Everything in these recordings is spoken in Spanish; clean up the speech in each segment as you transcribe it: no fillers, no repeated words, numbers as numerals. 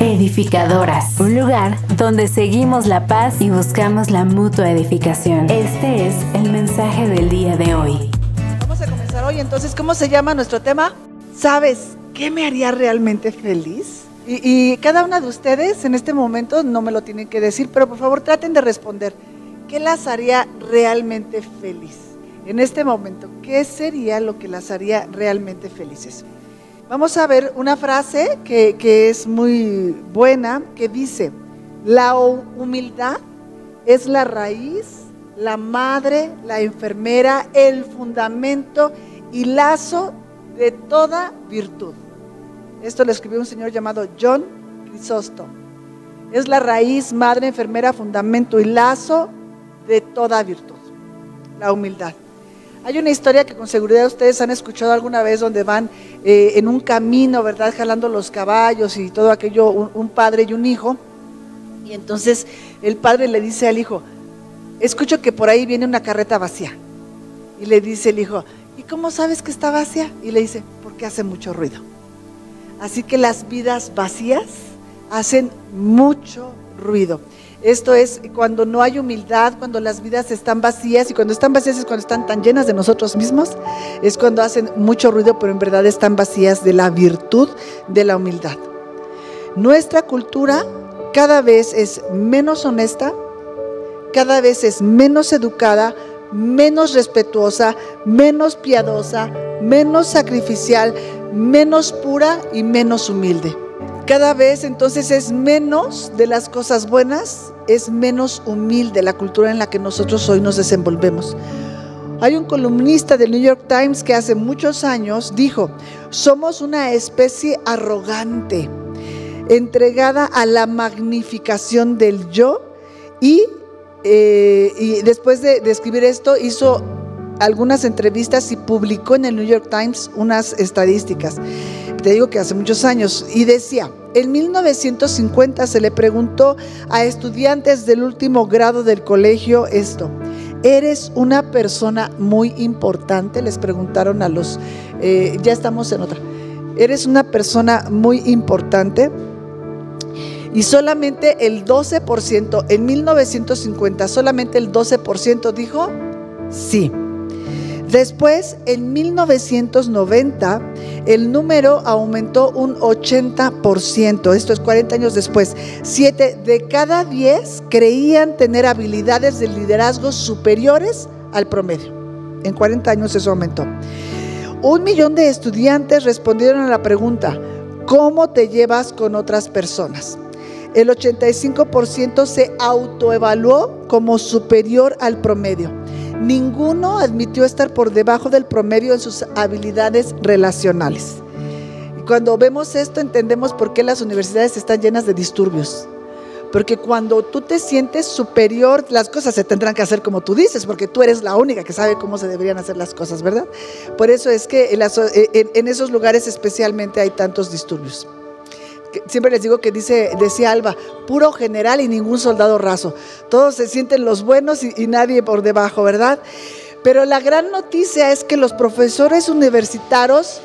Edificadoras, un lugar donde seguimos la paz y buscamos la mutua edificación. Este es el mensaje del día de hoy. Vamos a comenzar hoy, entonces, ¿cómo se llama nuestro tema? ¿Sabes qué me haría realmente feliz? Y cada una de ustedes en este momento no me lo tienen que decir, pero por favor traten de responder. ¿Qué las haría realmente feliz? En este momento, ¿qué sería lo que las haría realmente felices? Vamos a ver una frase que es muy buena, que dice: la humildad es la raíz, la madre, la enfermera, el fundamento y lazo de toda virtud. Esto lo escribió un señor llamado John Chrysostom. Es la raíz, madre, enfermera, fundamento y lazo de toda virtud. La humildad. Hay una historia que con seguridad ustedes han escuchado alguna vez, donde van en un camino, ¿verdad?, jalando los caballos y todo aquello, un padre y un hijo. Y entonces el padre le dice al hijo: escucho que por ahí viene una carreta vacía. Y le dice el hijo: ¿y cómo sabes que está vacía? Y le dice: porque hace mucho ruido. Así que las vidas vacías hacen mucho ruido. Esto es cuando no hay humildad, cuando las vidas están vacías, y cuando están vacías es cuando están tan llenas de nosotros mismos, es cuando hacen mucho ruido, pero en verdad están vacías de la virtud de la humildad. Nuestra cultura cada vez es menos honesta, cada vez es menos educada, menos respetuosa, menos piadosa, menos sacrificial, menos pura y menos humilde. Cada vez entonces es menos de las cosas buenas, es menos humilde la cultura en la que nosotros hoy nos desenvolvemos. Hay un columnista del New York Times que hace muchos años dijo: somos una especie arrogante, entregada a la magnificación del yo, y después de escribir esto hizo algunas entrevistas y publicó en el New York Times unas estadísticas. Te digo que hace muchos años, y decía: en 1950 se le preguntó a estudiantes del último grado del colegio esto: ¿eres una persona muy importante? Les preguntaron a los, ya estamos en otra, ¿eres una persona muy importante? Y solamente el 12%, en 1950, solamente el 12% dijo sí. Después, en 1990, el número aumentó un 80%, esto es 40 años después. 7 de cada 10 creían tener habilidades de liderazgo superiores al promedio. En 40 años eso aumentó. 1 millón de estudiantes respondieron a la pregunta: ¿cómo te llevas con otras personas? El 85% se autoevaluó como superior al promedio. Ninguno admitió estar por debajo del promedio en sus habilidades relacionales. Y cuando vemos esto, entendemos por qué las universidades están llenas de disturbios. Porque cuando tú te sientes superior, las cosas se tendrán que hacer como tú dices, porque tú eres la única que sabe cómo se deberían hacer las cosas, ¿verdad? Por eso es que en esos lugares especialmente hay tantos disturbios. Siempre les digo que decía Alba: puro general y ningún soldado raso. Todos se sienten los buenos y nadie por debajo, ¿verdad? Pero la gran noticia es que los profesores universitarios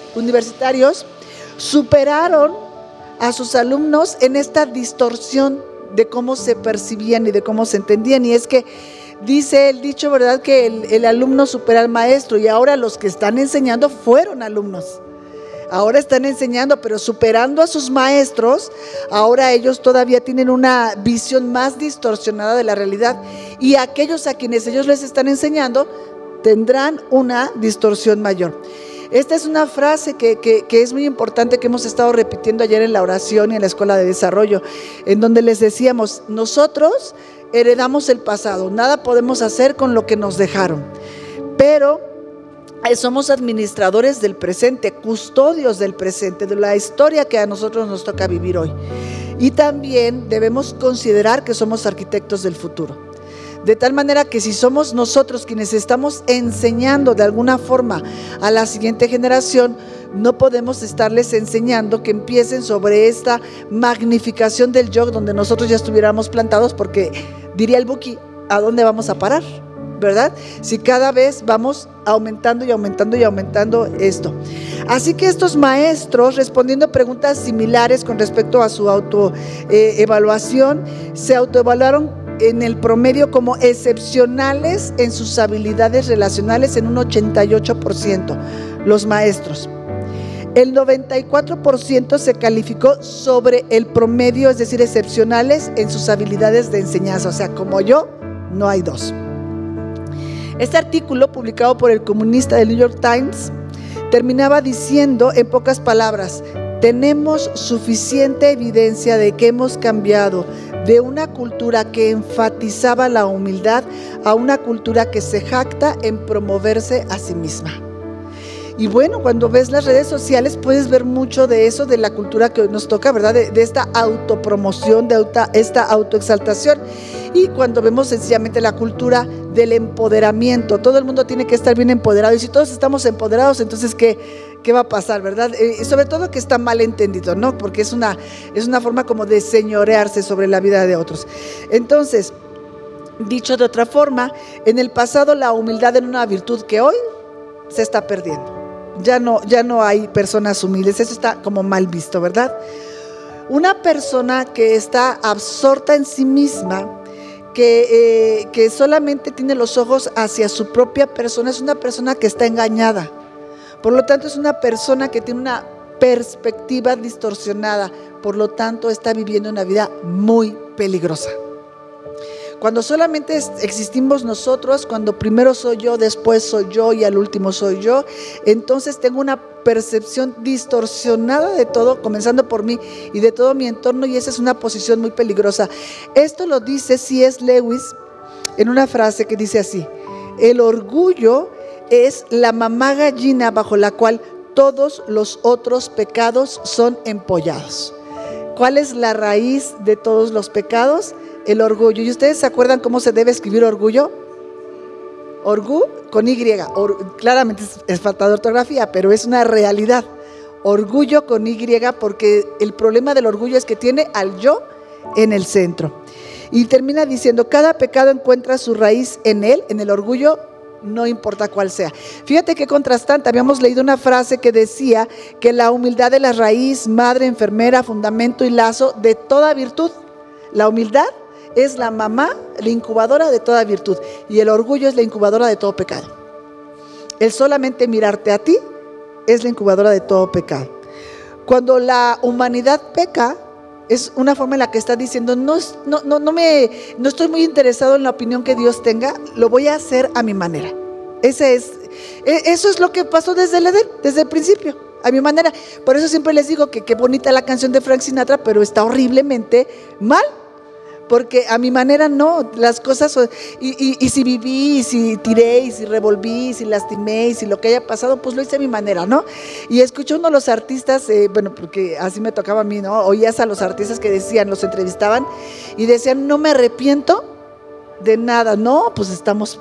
superaron a sus alumnos en esta distorsión de cómo se percibían y de cómo se entendían. Y es que dice el dicho, ¿verdad?, que el alumno supera al maestro, y ahora los que están enseñando fueron alumnos. Ahora están enseñando, pero superando a sus maestros. Ahora ellos todavía tienen una visión más distorsionada de la realidad, y aquellos a quienes ellos les están enseñando tendrán una distorsión mayor. Esta es una frase que es muy importante, que hemos estado repitiendo ayer en la oración y en la escuela de desarrollo, en donde les decíamos: nosotros heredamos el pasado, nada podemos hacer con lo que nos dejaron, pero somos administradores del presente, custodios del presente, de la historia que a nosotros nos toca vivir hoy. Y también debemos considerar que somos arquitectos del futuro. De tal manera que si somos nosotros quienes estamos enseñando de alguna forma a la siguiente generación, no podemos estarles enseñando que empiecen sobre esta magnificación del yo, donde nosotros ya estuviéramos plantados, porque diría el Buki: ¿a dónde vamos a parar? ¿verdad? Si cada vez vamos aumentando y aumentando y aumentando esto. Así que estos maestros, respondiendo a preguntas similares con respecto a su autoevaluación, se autoevaluaron en el promedio como excepcionales en sus habilidades relacionales en un 88%, los maestros. El 94% se calificó sobre el promedio, es decir, excepcionales en sus habilidades de enseñanza. O sea, como yo, no hay dos. Este artículo, publicado por el columnista del New York Times, terminaba diciendo en pocas palabras: tenemos suficiente evidencia de que hemos cambiado de una cultura que enfatizaba la humildad a una cultura que se jacta en promoverse a sí misma. Y bueno, cuando ves las redes sociales puedes ver mucho de eso, de la cultura que hoy nos toca, ¿verdad? De esta autopromoción, de esta autoexaltación. Y cuando vemos sencillamente la cultura del empoderamiento, todo el mundo tiene que estar bien empoderado. Y si todos estamos empoderados, entonces ¿qué va a pasar, verdad? Sobre todo que está mal entendido, ¿no? Porque es una forma como de señorearse sobre la vida de otros. Entonces, dicho de otra forma, en el pasado la humildad era una virtud que hoy se está perdiendo. Ya no hay personas humildes, eso está como mal visto, ¿verdad? Una persona que está absorta en sí misma, que solamente tiene los ojos hacia su propia persona, es una persona que está engañada. Por lo tanto, es una persona que tiene una perspectiva distorsionada, por lo tanto está viviendo una vida muy peligrosa. Cuando solamente existimos nosotros, cuando primero soy yo, después soy yo y al último soy yo, entonces tengo una percepción distorsionada de todo, comenzando por mí y de todo mi entorno, y esa es una posición muy peligrosa. Esto lo dice C.S. Lewis en una frase que dice así: el orgullo es la mamá gallina bajo la cual todos los otros pecados son empollados. ¿Cuál es la raíz de todos los pecados? El orgullo. ¿Y ustedes se acuerdan cómo se debe escribir orgullo? Orgu con Y. Claramente es falta de ortografía, pero es una realidad. Orgullo con Y, porque el problema del orgullo es que tiene al yo en el centro. Y termina diciendo: cada pecado encuentra su raíz en él, en el orgullo, no importa cuál sea. Fíjate qué contrastante. Habíamos leído una frase que decía que la humildad es la raíz, madre, enfermera, fundamento y lazo de toda virtud. La humildad es la mamá, la incubadora de toda virtud, y el orgullo es la incubadora de todo pecado. El solamente mirarte a ti es la incubadora de todo pecado. Cuando la humanidad peca, es una forma en la que está diciendo: no estoy muy interesado en la opinión que Dios tenga, lo voy a hacer a mi manera. Eso es lo que pasó desde el Edén, desde el principio, a mi manera. Por eso siempre les digo que qué bonita la canción de Frank Sinatra, pero está horriblemente mal. Porque a mi manera no, las cosas, y si viví, y si tiré, y si revolví, y si lastimé, y si lo que haya pasado, pues lo hice a mi manera, ¿no? Y escuché uno de los artistas, bueno, porque así me tocaba a mí, ¿no? Oías a los artistas que decían, los entrevistaban, y decían: no me arrepiento de nada. No, pues estamos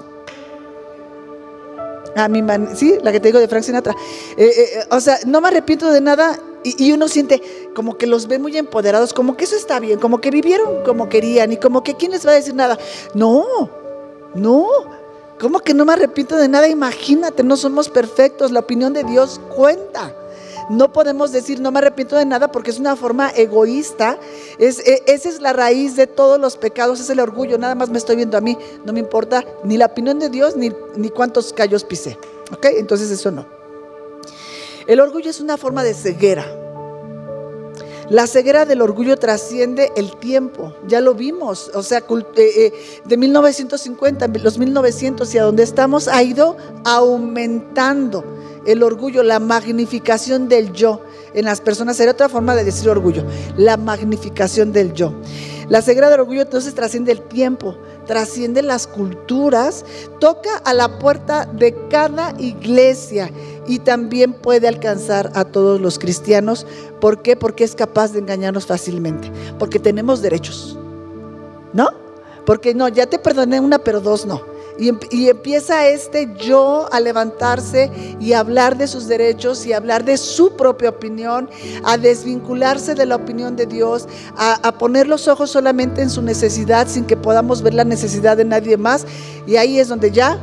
a mi manera, sí, la que te digo de Frank Sinatra. O sea, no me arrepiento de nada. Y uno siente como que los ve muy empoderados, como que eso está bien, como que vivieron como querían, y como que ¿quién les va a decir nada? No, ¿cómo que no me arrepiento de nada? Imagínate, no somos perfectos, la opinión de Dios cuenta. No podemos decir no me arrepiento de nada, porque es una forma egoísta. Esa es la raíz de todos los pecados, es el orgullo. Nada más me estoy viendo a mí, no me importa ni la opinión de Dios ni cuántos callos pisé. ¿Ok? Entonces eso no. El orgullo es una forma de ceguera. La ceguera del orgullo trasciende el tiempo, ya lo vimos, o sea, de 1950, los 1900 y a donde estamos, ha ido aumentando el orgullo, la magnificación del yo en las personas. Sería otra forma de decir orgullo, la magnificación del yo. La ceguera del orgullo entonces trasciende el tiempo, trasciende las culturas, toca a la puerta de cada iglesia y también puede alcanzar a todos los cristianos. ¿Por qué? Porque es capaz de engañarnos fácilmente, porque tenemos derechos, ¿no? Porque no, ya te perdoné una, pero dos no. Y empieza este yo a levantarse y a hablar de sus derechos y a hablar de su propia opinión, a desvincularse de la opinión de Dios, a poner los ojos solamente en su necesidad sin que podamos ver la necesidad de nadie más. Y ahí es donde ya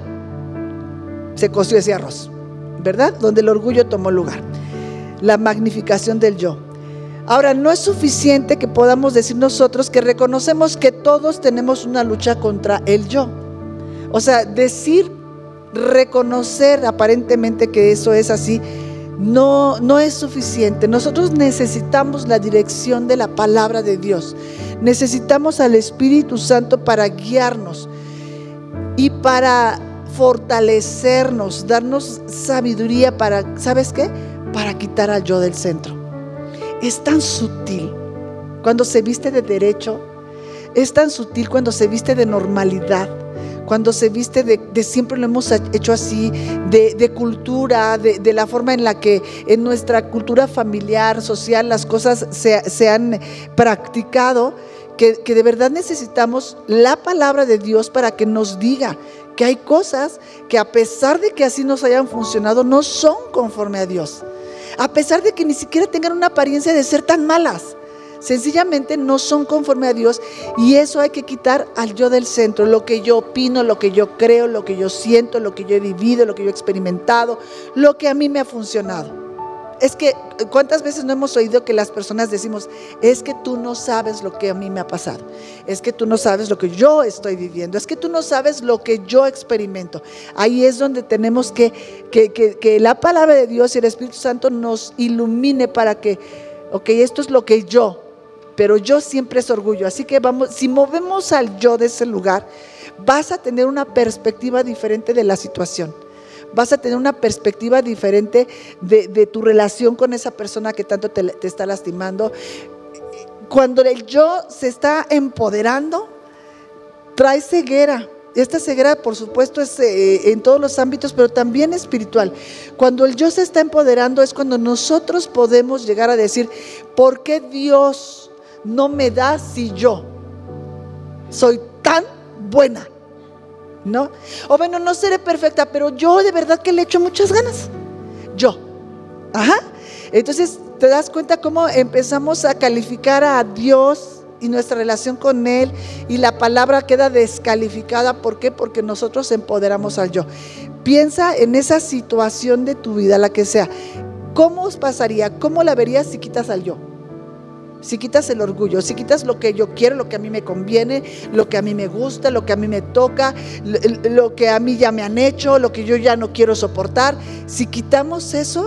se coció ese arroz, ¿verdad? Donde el orgullo tomó lugar, la magnificación del yo. Ahora, no es suficiente que podamos decir nosotros que reconocemos que todos tenemos una lucha contra el yo. O sea, decir, reconocer aparentemente que eso es así, no es suficiente. Nosotros necesitamos la dirección de la palabra de Dios. Necesitamos al Espíritu Santo para guiarnos y para fortalecernos, darnos sabiduría para, ¿sabes qué? Para quitar al yo del centro. Es tan sutil cuando se viste de derecho, es tan sutil cuando se viste de normalidad, cuando se viste de siempre lo hemos hecho así, de cultura, de la forma en la que en nuestra cultura familiar, social, las cosas se han practicado, que de verdad necesitamos la palabra de Dios para que nos diga que hay cosas que, a pesar de que así nos hayan funcionado, no son conforme a Dios. A pesar de que ni siquiera tengan una apariencia de ser tan malas, sencillamente no son conforme a Dios, y eso hay que quitar al yo del centro, lo que yo opino, lo que yo creo, lo que yo siento, lo que yo he vivido, lo que yo he experimentado, lo que a mí me ha funcionado. Es que, ¿cuántas veces no hemos oído que las personas decimos, es que tú no sabes lo que a mí me ha pasado, es que tú no sabes lo que yo estoy viviendo, es que tú no sabes lo que yo experimento? Ahí es donde tenemos que la palabra de Dios y el Espíritu Santo nos ilumine para que, ok, esto es lo que yo, pero yo siempre es orgullo, así que vamos, si movemos al yo de ese lugar, vas a tener una perspectiva diferente de la situación. Vas a tener una perspectiva diferente de tu relación con esa persona que tanto te está lastimando. Cuando el yo se está empoderando, trae ceguera. Esta ceguera, por supuesto, es en todos los ámbitos, pero también espiritual. Cuando el yo se está empoderando es cuando nosotros podemos llegar a decir, ¿por qué Dios no me da si yo soy tan buena? ¿No? O bueno, no seré perfecta, pero yo de verdad que le echo muchas ganas. Yo. Entonces te das cuenta cómo empezamos a calificar a Dios y nuestra relación con Él, y la palabra queda descalificada. ¿Por qué? Porque nosotros empoderamos al yo. Piensa en esa situación de tu vida, la que sea. ¿Cómo os pasaría? ¿Cómo la verías si quitas al yo? Si quitas el orgullo, si quitas lo que yo quiero, lo que a mí me conviene, lo que a mí me gusta, lo que a mí me toca, lo que a mí ya me han hecho, lo que yo ya no quiero soportar. Si quitamos eso,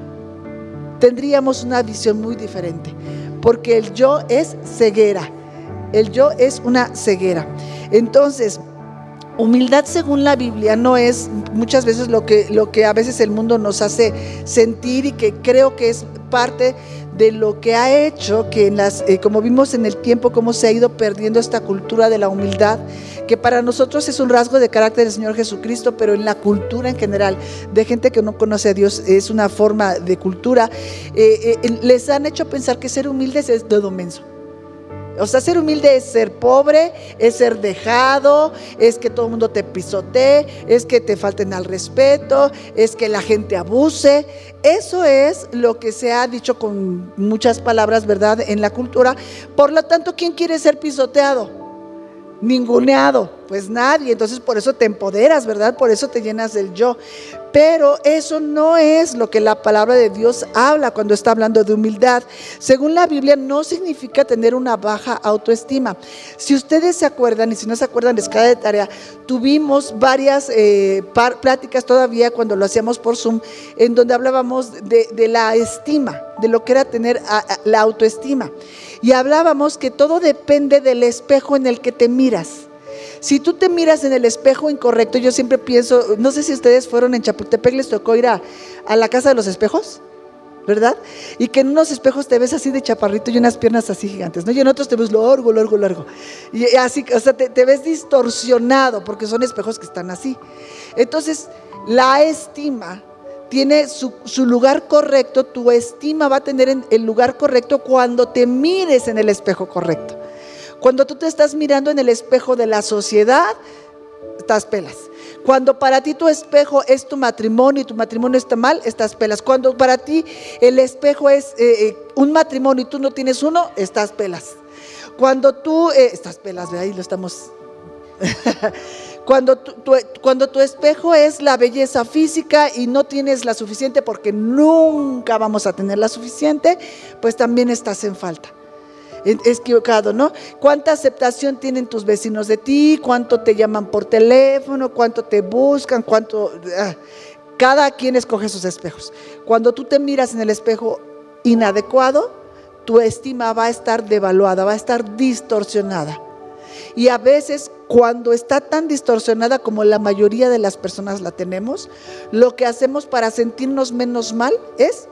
tendríamos una visión muy diferente, porque el yo es ceguera. El yo es una ceguera. Entonces, humildad según la Biblia no es muchas veces lo que a veces el mundo nos hace sentir, y que creo que es parte de lo que ha hecho que como vimos en el tiempo, cómo se ha ido perdiendo esta cultura de la humildad, que para nosotros es un rasgo de carácter del Señor Jesucristo, pero en la cultura en general de gente que no conoce a Dios es una forma de cultura. Les han hecho pensar que ser humildes es dedo menso. O sea, ser humilde es ser pobre, es ser dejado, es que todo el mundo te pisotee, es que te falten al respeto, es que la gente abuse. Eso es lo que se ha dicho con muchas palabras, ¿verdad?, en la cultura. Por lo tanto, ¿quién quiere ser pisoteado? Ninguneado, pues nadie. Entonces por eso te empoderas, ¿verdad? Por eso te llenas del yo. Pero eso no es lo que la palabra de Dios habla cuando está hablando de humildad. Según la Biblia, no significa tener una baja autoestima. Si ustedes se acuerdan, y si no se acuerdan, les queda de tarea, tuvimos varias pláticas todavía cuando lo hacíamos por Zoom, en donde hablábamos de la estima, de lo que era tener la autoestima. Y hablábamos que todo depende del espejo en el que te miras. Si tú te miras en el espejo incorrecto, yo siempre pienso, no sé si ustedes fueron en Chapultepec, les tocó ir a la casa de los espejos, ¿verdad? Y que en unos espejos te ves así de chaparrito y unas piernas así gigantes, ¿no? Y en otros te ves largo. Y así, o sea, te ves distorsionado porque son espejos que están así. Entonces, la estima tiene su lugar correcto. Tu estima va a tener el lugar correcto cuando te mires en el espejo correcto. Cuando tú te estás mirando en el espejo de la sociedad, estás pelas. Cuando para ti tu espejo es tu matrimonio y tu matrimonio está mal, estás pelas. Cuando para ti el espejo es un matrimonio y tú no tienes uno, estás pelas. Cuando tú, estás pelas, ahí lo estamos... Cuando tu espejo es la belleza física y no tienes la suficiente, porque nunca vamos a tener la suficiente, pues también estás en falta. Es equivocado, ¿no? ¿Cuánta aceptación tienen tus vecinos de ti? ¿Cuánto te llaman por teléfono? ¿Cuánto te buscan? Cada quien escoge sus espejos. Cuando tú te miras en el espejo inadecuado, tu estima va a estar devaluada, va a estar distorsionada. Y a veces, cuando está tan distorsionada como la mayoría de las personas la tenemos, lo que hacemos para sentirnos menos mal es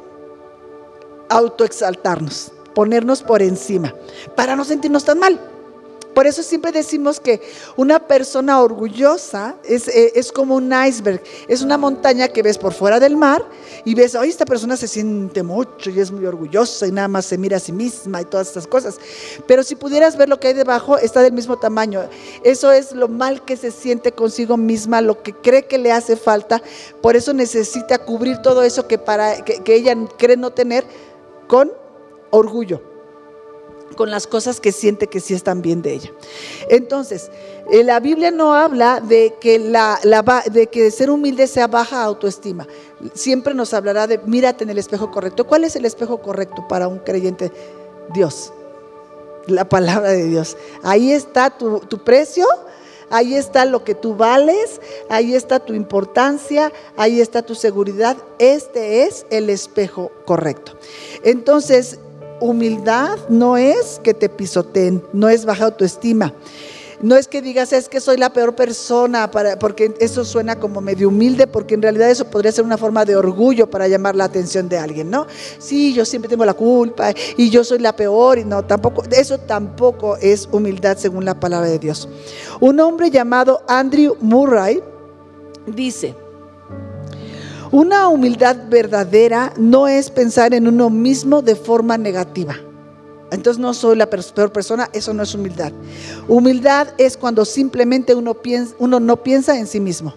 autoexaltarnos, ponernos por encima, para no sentirnos tan mal. Por eso siempre decimos que una persona orgullosa es como un iceberg, es una montaña que ves por fuera del mar y ves, oye, esta persona se siente mucho y es muy orgullosa y nada más se mira a sí misma y todas estas cosas. Pero si pudieras ver lo que hay debajo, está del mismo tamaño. Eso es lo mal que se siente consigo misma, lo que cree que le hace falta. Por eso necesita cubrir todo eso que ella cree no tener con orgullo, con las cosas que siente que sí están bien de ella. Entonces, la Biblia no habla de que, de que ser humilde sea baja autoestima. Siempre nos hablará de mírate en el espejo correcto. ¿Cuál es el espejo correcto para un creyente? Dios, la palabra de Dios. Ahí está tu precio, ahí está lo que tú vales, ahí está tu importancia, ahí está tu seguridad. Este es el espejo correcto. Entonces, humildad no es que te pisoteen, no es baja autoestima, no es que digas es que soy la peor persona, porque eso suena como medio humilde, porque en realidad eso podría ser una forma de orgullo para llamar la atención de alguien, ¿no? Sí, yo siempre tengo la culpa y yo soy la peor, y no, tampoco, eso tampoco es humildad según la palabra de Dios. Un hombre llamado Andrew Murray dice: una humildad verdadera no es pensar en uno mismo de forma negativa. Entonces no soy la peor persona, eso no es humildad. Humildad es cuando simplemente uno no piensa en sí mismo.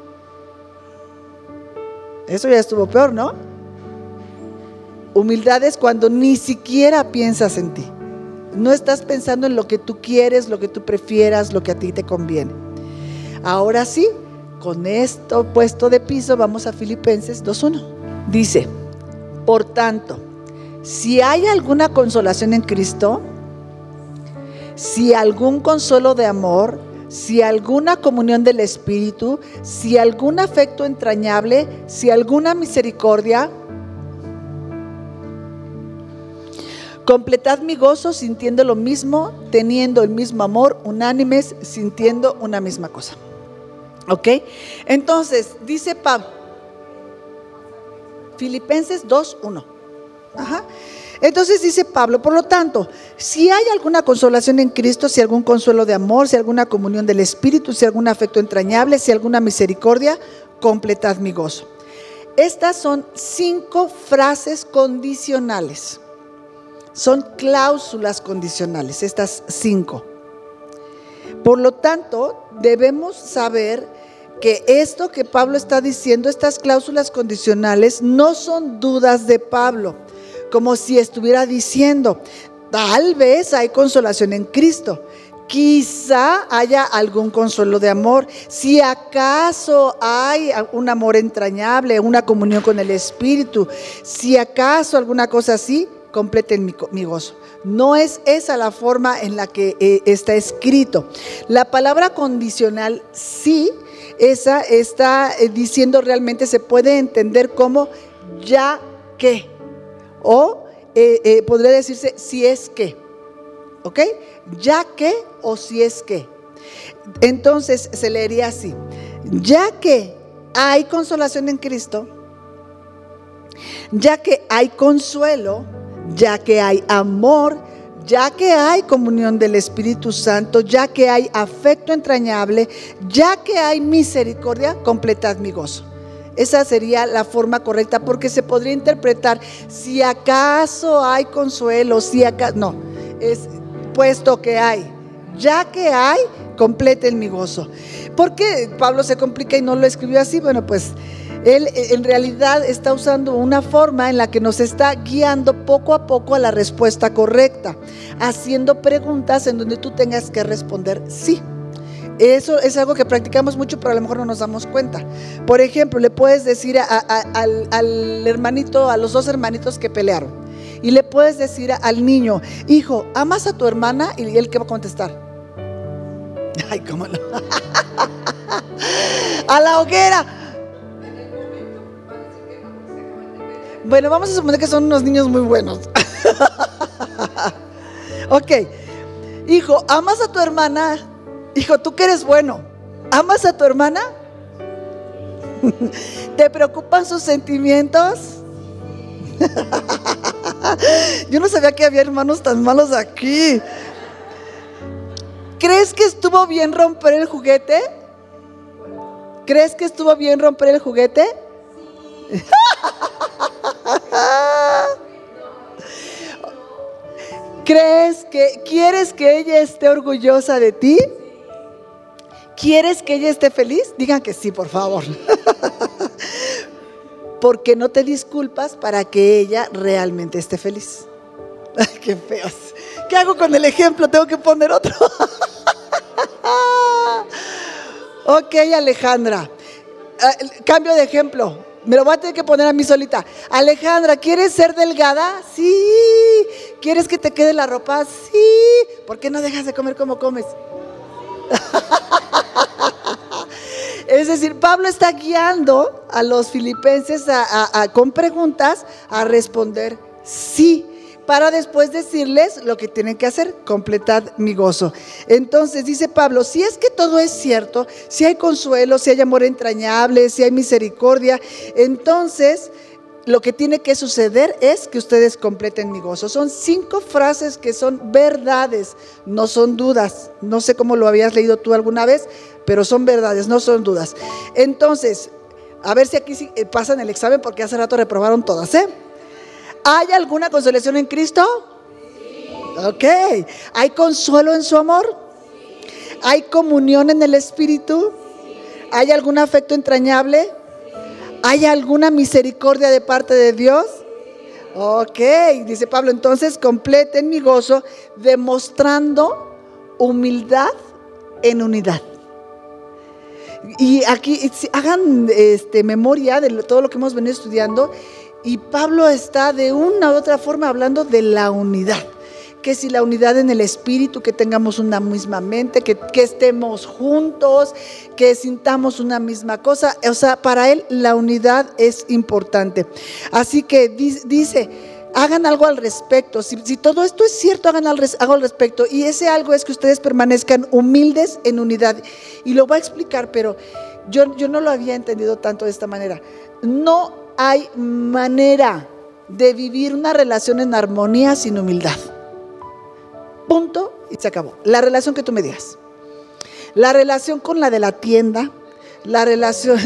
Eso ya estuvo peor, ¿no? Humildad es cuando ni siquiera piensas en ti. No estás pensando en lo que tú quieres, lo que tú prefieras, lo que a ti te conviene. Ahora sí, con esto puesto de piso, vamos a Filipenses 2:1. Dice: por tanto, si hay alguna consolación en Cristo, si algún consuelo de amor, si alguna comunión del Espíritu, si algún afecto entrañable, si alguna misericordia, completad mi gozo sintiendo lo mismo, teniendo el mismo amor, unánimes, sintiendo una misma cosa. ¿Ok? Entonces, dice Pablo, Filipenses 2:1. Entonces dice Pablo: por lo tanto, si hay alguna consolación en Cristo, si algún consuelo de amor, si alguna comunión del Espíritu, si algún afecto entrañable, si alguna misericordia, completad mi gozo. Estas son 5 frases condicionales. Son cláusulas condicionales, estas 5. Por lo tanto, debemos saber que esto que Pablo está diciendo, estas cláusulas condicionales, no son dudas de Pablo, como si estuviera diciendo: tal vez hay consolación en Cristo, quizá haya algún consuelo de amor, si acaso hay un amor entrañable, una comunión con el Espíritu, si acaso alguna cosa así, completen mi gozo. No es esa la forma en la que está escrito. La palabra condicional sí, esa está diciendo, realmente se puede entender como ya que, o podría decirse si es que, ¿ok? Ya que o si es que. Entonces se leería así: ya que hay consolación en Cristo, ya que hay consuelo, ya que hay amor, ya que hay comunión del Espíritu Santo, ya que hay afecto entrañable, ya que hay misericordia, completad mi gozo. Esa sería la forma correcta, porque se podría interpretar si acaso hay consuelo, si acaso, no, es puesto que hay, ya que hay, completen mi gozo. ¿Por qué Pablo se complica y no lo escribió así? Bueno, pues él en realidad está usando una forma en la que nos está guiando poco a poco a la respuesta correcta, haciendo preguntas en donde tú tengas que responder sí. Eso es algo que practicamos mucho, pero a lo mejor no nos damos cuenta. Por ejemplo, le puedes decir al hermanito, a los dos hermanitos que pelearon, y le puedes decir al niño: hijo, ¿amas a tu hermana? Y él, ¿qué va a contestar? Ay, cómo no. A la hoguera. Bueno, vamos a suponer que son unos niños muy buenos. Ok. Hijo, ¿amas a tu hermana? Hijo, tú que eres bueno, ¿amas a tu hermana? ¿Te preocupan sus sentimientos? Yo no sabía que había hermanos tan malos aquí. ¿Crees que estuvo bien romper el juguete? ¿Crees que estuvo bien romper el juguete? ¿Quieres que ella esté orgullosa de ti? ¿Quieres que ella esté feliz? Digan que sí, por favor. Porque no te disculpas para que ella realmente esté feliz. Ay, qué feos. ¿Qué hago con el ejemplo? Tengo que poner otro. Ok, Alejandra. Cambio de ejemplo. Me lo voy a tener que poner a mí solita. Alejandra, ¿quieres ser delgada? Sí. ¿Quieres que te quede la ropa? Sí. ¿Por qué no dejas de comer como comes? Es decir, Pablo está guiando a los filipenses con preguntas a responder sí, para después decirles lo que tienen que hacer: completad mi gozo. Entonces dice Pablo: si es que todo es cierto, si hay consuelo, si hay amor entrañable, si hay misericordia, entonces lo que tiene que suceder es que ustedes completen mi gozo. Son 5 frases que son verdades, no son dudas. No sé cómo lo habías leído tú alguna vez, pero son verdades, no son dudas. Entonces, a ver si aquí sí pasan el examen, porque hace rato reprobaron todas, ¿eh? ¿Hay alguna consolación en Cristo? Sí. Ok. ¿Hay consuelo en su amor? Sí. ¿Hay comunión en el Espíritu? Sí. ¿Hay algún afecto entrañable? ¿Hay alguna misericordia de parte de Dios? Ok, dice Pablo, entonces completen mi gozo demostrando humildad en unidad. Y aquí hagan memoria de todo lo que hemos venido estudiando, y Pablo está de una u otra forma hablando de la unidad. Que si la unidad en el espíritu, que tengamos una misma mente, que estemos juntos, que sintamos una misma cosa. O sea, para él la unidad es importante. Así que dice: hagan algo al respecto. Si todo esto es cierto, hagan algo al respecto. Y ese algo es que ustedes permanezcan humildes en unidad. Y lo voy a explicar, pero yo no lo había entendido tanto de esta manera. No hay manera de vivir una relación en armonía sin humildad. Punto y se acabó. La relación que tú me digas, la relación con la de la tienda, la relación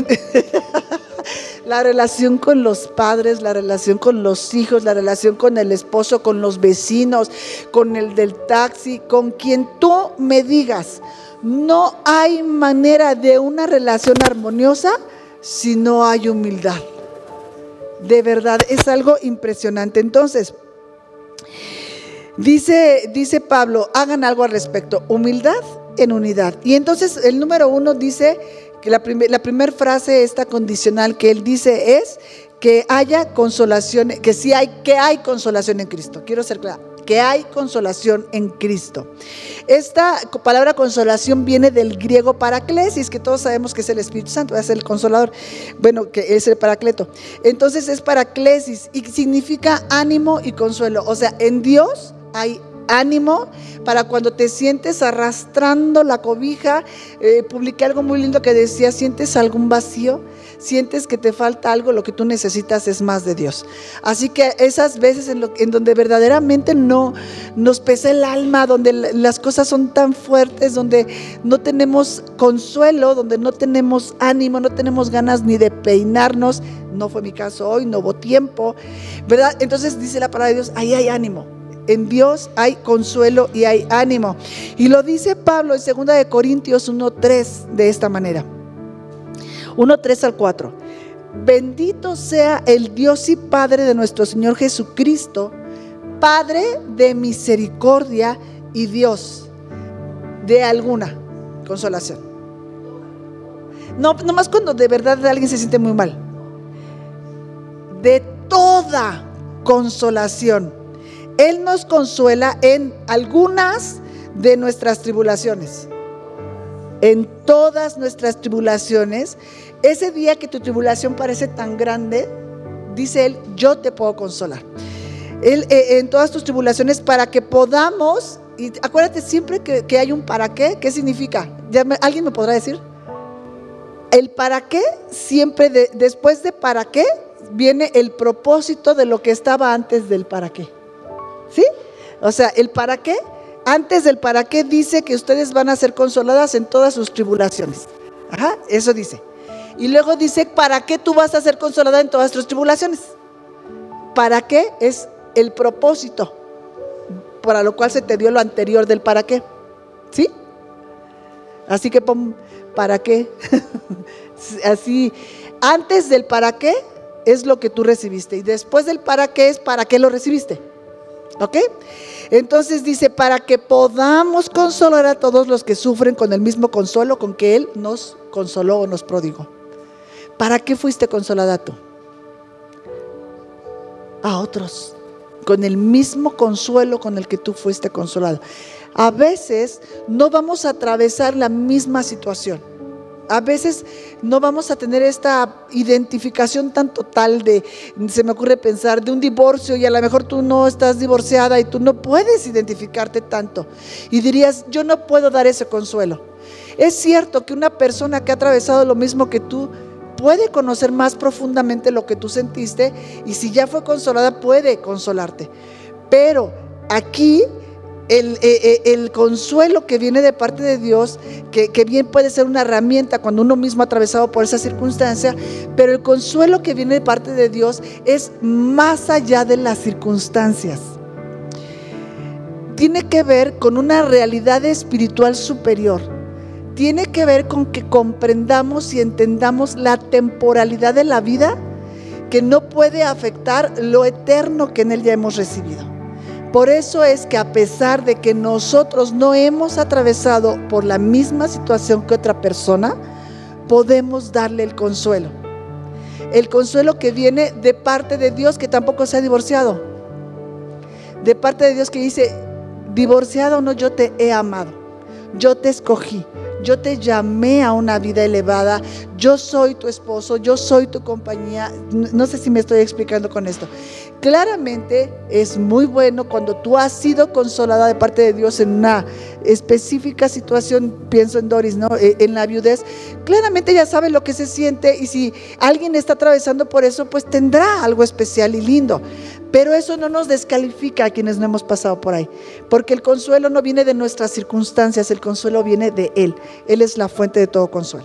con los padres, la relación con los hijos, la relación con el esposo, con los vecinos, con el del taxi, con quien tú me digas. No hay manera de una relación armoniosa si no hay humildad. De verdad, es algo impresionante. Entonces, dice Pablo: hagan algo al respecto, humildad en unidad. Y entonces el número 1 dice que la primera frase, esta condicional que él dice, es que haya consolación, que hay consolación en Cristo. Quiero ser clara, que hay consolación en Cristo. Esta palabra consolación viene del griego paraklesis, que todos sabemos que es el Espíritu Santo, es el consolador, bueno, que es el paracleto. Entonces es paraklesis y significa ánimo y consuelo. O sea, en Dios hay ánimo para cuando te sientes arrastrando la cobija. Publiqué algo muy lindo que decía: sientes algún vacío, sientes que te falta algo, lo que tú necesitas es más de Dios. Así que esas veces en donde verdaderamente no nos pesa el alma, donde las cosas son tan fuertes, donde no tenemos consuelo, donde no tenemos ánimo, no tenemos ganas ni de peinarnos. No fue mi caso hoy, no hubo tiempo, ¿verdad? Entonces dice la palabra de Dios: ahí hay ánimo. En Dios hay consuelo y hay ánimo. Y lo dice Pablo en 2 de Corintios 1:3 de esta manera. 1:3 al 4. Bendito sea el Dios y Padre de nuestro Señor Jesucristo, Padre de misericordia y Dios de alguna consolación. No, nomás cuando de verdad alguien se siente muy mal. De toda consolación. Él nos consuela en algunas de nuestras tribulaciones. En todas nuestras tribulaciones. Ese día que tu tribulación parece tan grande, dice Él, yo te puedo consolar. Él, en todas tus tribulaciones, para que podamos, y acuérdate siempre que hay un para qué. ¿Qué significa? ¿Alguien me podrá decir? El para qué, siempre después de para qué, viene el propósito de lo que estaba antes del para qué. ¿Sí? O sea, el para qué, antes del para qué dice que ustedes van a ser consoladas en todas sus tribulaciones. Ajá, eso dice. Y luego dice, ¿para qué tú vas a ser consolada en todas tus tribulaciones? ¿Para qué? Es el propósito para lo cual se te dio lo anterior del para qué. ¿Sí? Así que pon ¿para qué? Así, antes del para qué es lo que tú recibiste, y después del para qué es para qué lo recibiste. ¿Ok? Entonces dice, para que podamos consolar a todos los que sufren con el mismo consuelo con que Él nos consoló o nos prodigó. ¿Para qué fuiste consolada tú? A otros, con el mismo consuelo con el que tú fuiste consolado. A veces no vamos a atravesar la misma situación. A veces no vamos a tener esta identificación tan total de, se me ocurre pensar, de un divorcio, y a lo mejor tú no estás divorciada y tú no puedes identificarte tanto. Y dirías, yo no puedo dar ese consuelo. Es cierto que una persona que ha atravesado lo mismo que tú puede conocer más profundamente lo que tú sentiste, y si ya fue consolada puede consolarte. Pero aquí el consuelo que viene de parte de Dios, que bien puede ser una herramienta cuando uno mismo ha atravesado por esa circunstancia, pero el consuelo que viene de parte de Dios es más allá de las circunstancias. Tiene que ver con una realidad espiritual superior. Tiene que ver con que comprendamos y entendamos la temporalidad de la vida, que no puede afectar lo eterno que en Él ya hemos recibido. Por eso es que a pesar de que nosotros no hemos atravesado por la misma situación que otra persona, podemos darle el consuelo. El consuelo que viene de parte de Dios, que tampoco se ha divorciado. De parte de Dios, que dice, divorciado o no, yo te he amado, yo te escogí, yo te llamé a una vida elevada, yo soy tu esposo, yo soy tu compañía. No sé si me estoy explicando con esto. Claramente es muy bueno cuando tú has sido consolada de parte de Dios en una específica situación. Pienso en Doris, ¿no? En la viudez. Claramente ella sabe lo que se siente, y si alguien está atravesando por eso, pues tendrá algo especial y lindo. Pero eso no nos descalifica a quienes no hemos pasado por ahí, porque el consuelo no viene de nuestras circunstancias, el consuelo viene de Él. Él es la fuente de todo consuelo.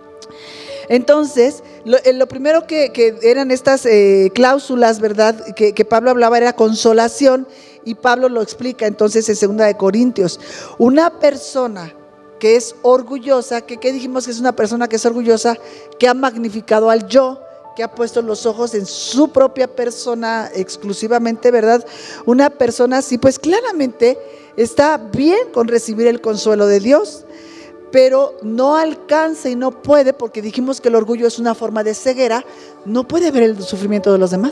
Entonces, lo primero que eran estas cláusulas, ¿verdad?, que Pablo hablaba, era consolación, y Pablo lo explica entonces en 2 de Corintios. Una persona que es orgullosa, ¿qué dijimos que es una persona que es orgullosa? Que ha magnificado al yo, que ha puesto los ojos en su propia persona exclusivamente, ¿verdad? Una persona así, pues claramente está bien con recibir el consuelo de Dios, pero no alcanza y no puede, porque dijimos que el orgullo es una forma de ceguera. No puede ver el sufrimiento de los demás,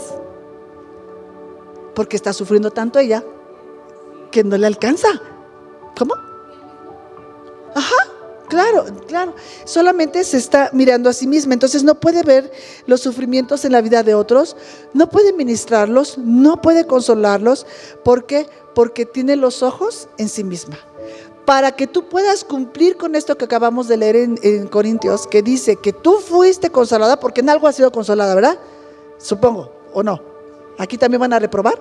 porque está sufriendo tanto ella que no le alcanza. ¿Cómo? Ajá. Claro, solamente se está mirando a sí misma. Entonces no puede ver los sufrimientos en la vida de otros, no puede ministrarlos, no puede consolarlos. ¿Por qué? Porque tiene los ojos en sí misma. Para que tú puedas cumplir con esto que acabamos de leer en Corintios, que dice que tú fuiste consolada, porque en algo has sido consolada, ¿verdad? Supongo, ¿o no? ¿Aquí también van a reprobar?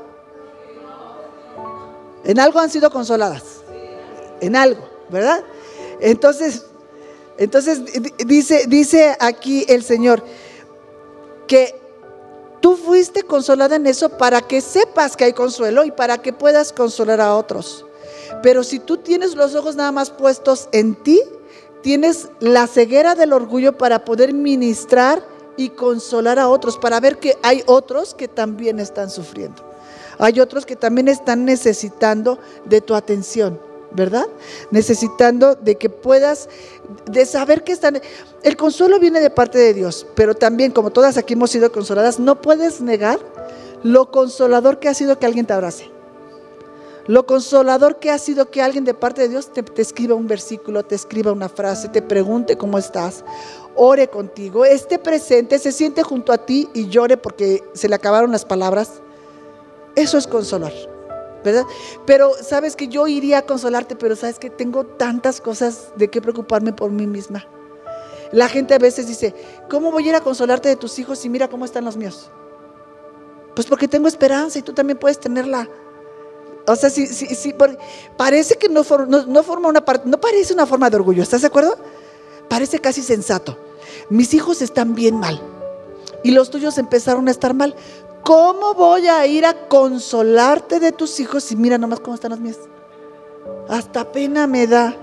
En algo han sido consoladas, en algo, ¿verdad? Entonces dice aquí el Señor que Tú fuiste consolada en eso para que sepas que hay consuelo y para que puedas consolar a otros. Pero si tú tienes los ojos nada más puestos en ti, tienes la ceguera del orgullo para poder ministrar y consolar a otros, para ver que hay otros que también están sufriendo. Hay otros que también están necesitando de tu atención, ¿verdad? Necesitando de que puedas, de saber que están. El consuelo viene de parte de Dios, pero también, como todas aquí hemos sido consoladas, no puedes negar lo consolador que ha sido que alguien te abrace. Lo consolador que ha sido que alguien de parte de Dios te escriba un versículo, te escriba una frase, te pregunte cómo estás, ore contigo, esté presente, se siente junto a ti y llore porque se le acabaron las palabras. Eso es consolar, ¿verdad? Pero sabes que yo iría a consolarte, pero sabes que tengo tantas cosas de qué preocuparme por mí misma. La gente a veces dice, ¿cómo voy a ir a consolarte de tus hijos y mira cómo están los míos? Pues porque tengo esperanza y tú también puedes tenerla. O sea, sí, parece que no forma una parte, no parece una forma de orgullo, ¿estás de acuerdo? Parece casi sensato. Mis hijos están bien mal y los tuyos empezaron a estar mal. ¿Cómo voy a ir a consolarte de tus hijos y mira nomás cómo están los míos? Hasta pena me da.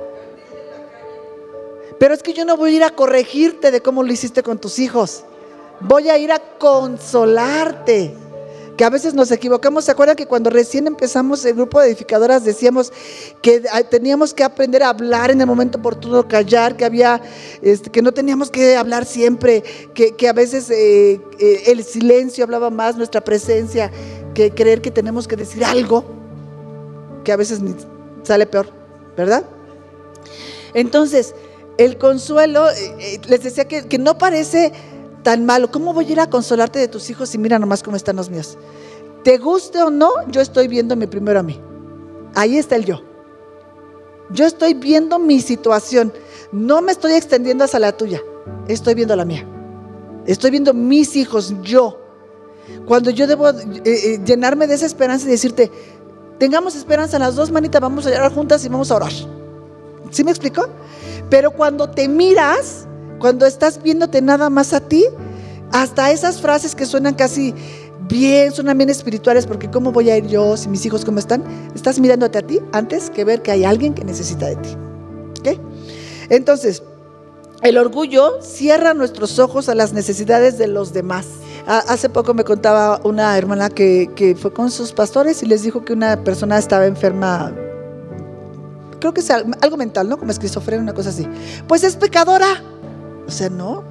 Pero es que yo no voy a ir a corregirte de cómo lo hiciste con tus hijos. Voy a ir a consolarte. Que a veces nos equivocamos. ¿Se acuerdan que cuando recién empezamos el grupo de edificadoras decíamos que teníamos que aprender a hablar en el momento oportuno, callar, que había, que no teníamos que hablar siempre, que a veces el silencio hablaba más, nuestra presencia, que creer que tenemos que decir algo, que a veces ni sale peor, ¿verdad? Entonces, el consuelo, les decía que no parece tan malo. ¿Cómo voy a ir a consolarte de tus hijos y mira nomás cómo están los míos? Te guste o no, yo estoy viéndome primero a mí. Ahí está el yo. Yo estoy viendo mi situación. No me estoy extendiendo hacia la tuya. Estoy viendo la mía. Estoy viendo mis hijos, yo. Cuando yo debo llenarme de esa esperanza y decirte, tengamos esperanza las dos, manita, vamos a llorar juntas y vamos a orar. ¿Sí me explico? Pero cuando te miras, cuando estás viéndote nada más a ti, hasta esas frases que suenan casi bien, suenan bien espirituales, porque ¿cómo voy a ir yo si mis hijos cómo están? Estás mirándote a ti antes que ver que hay alguien que necesita de ti. ¿Okay? Entonces, el orgullo cierra nuestros ojos a las necesidades de los demás. Hace poco me contaba una hermana que fue con sus pastores y les dijo que una persona estaba enferma, creo que es algo mental, ¿no? Como esquizofrenia, una cosa así. Pues es pecadora. O sea, no.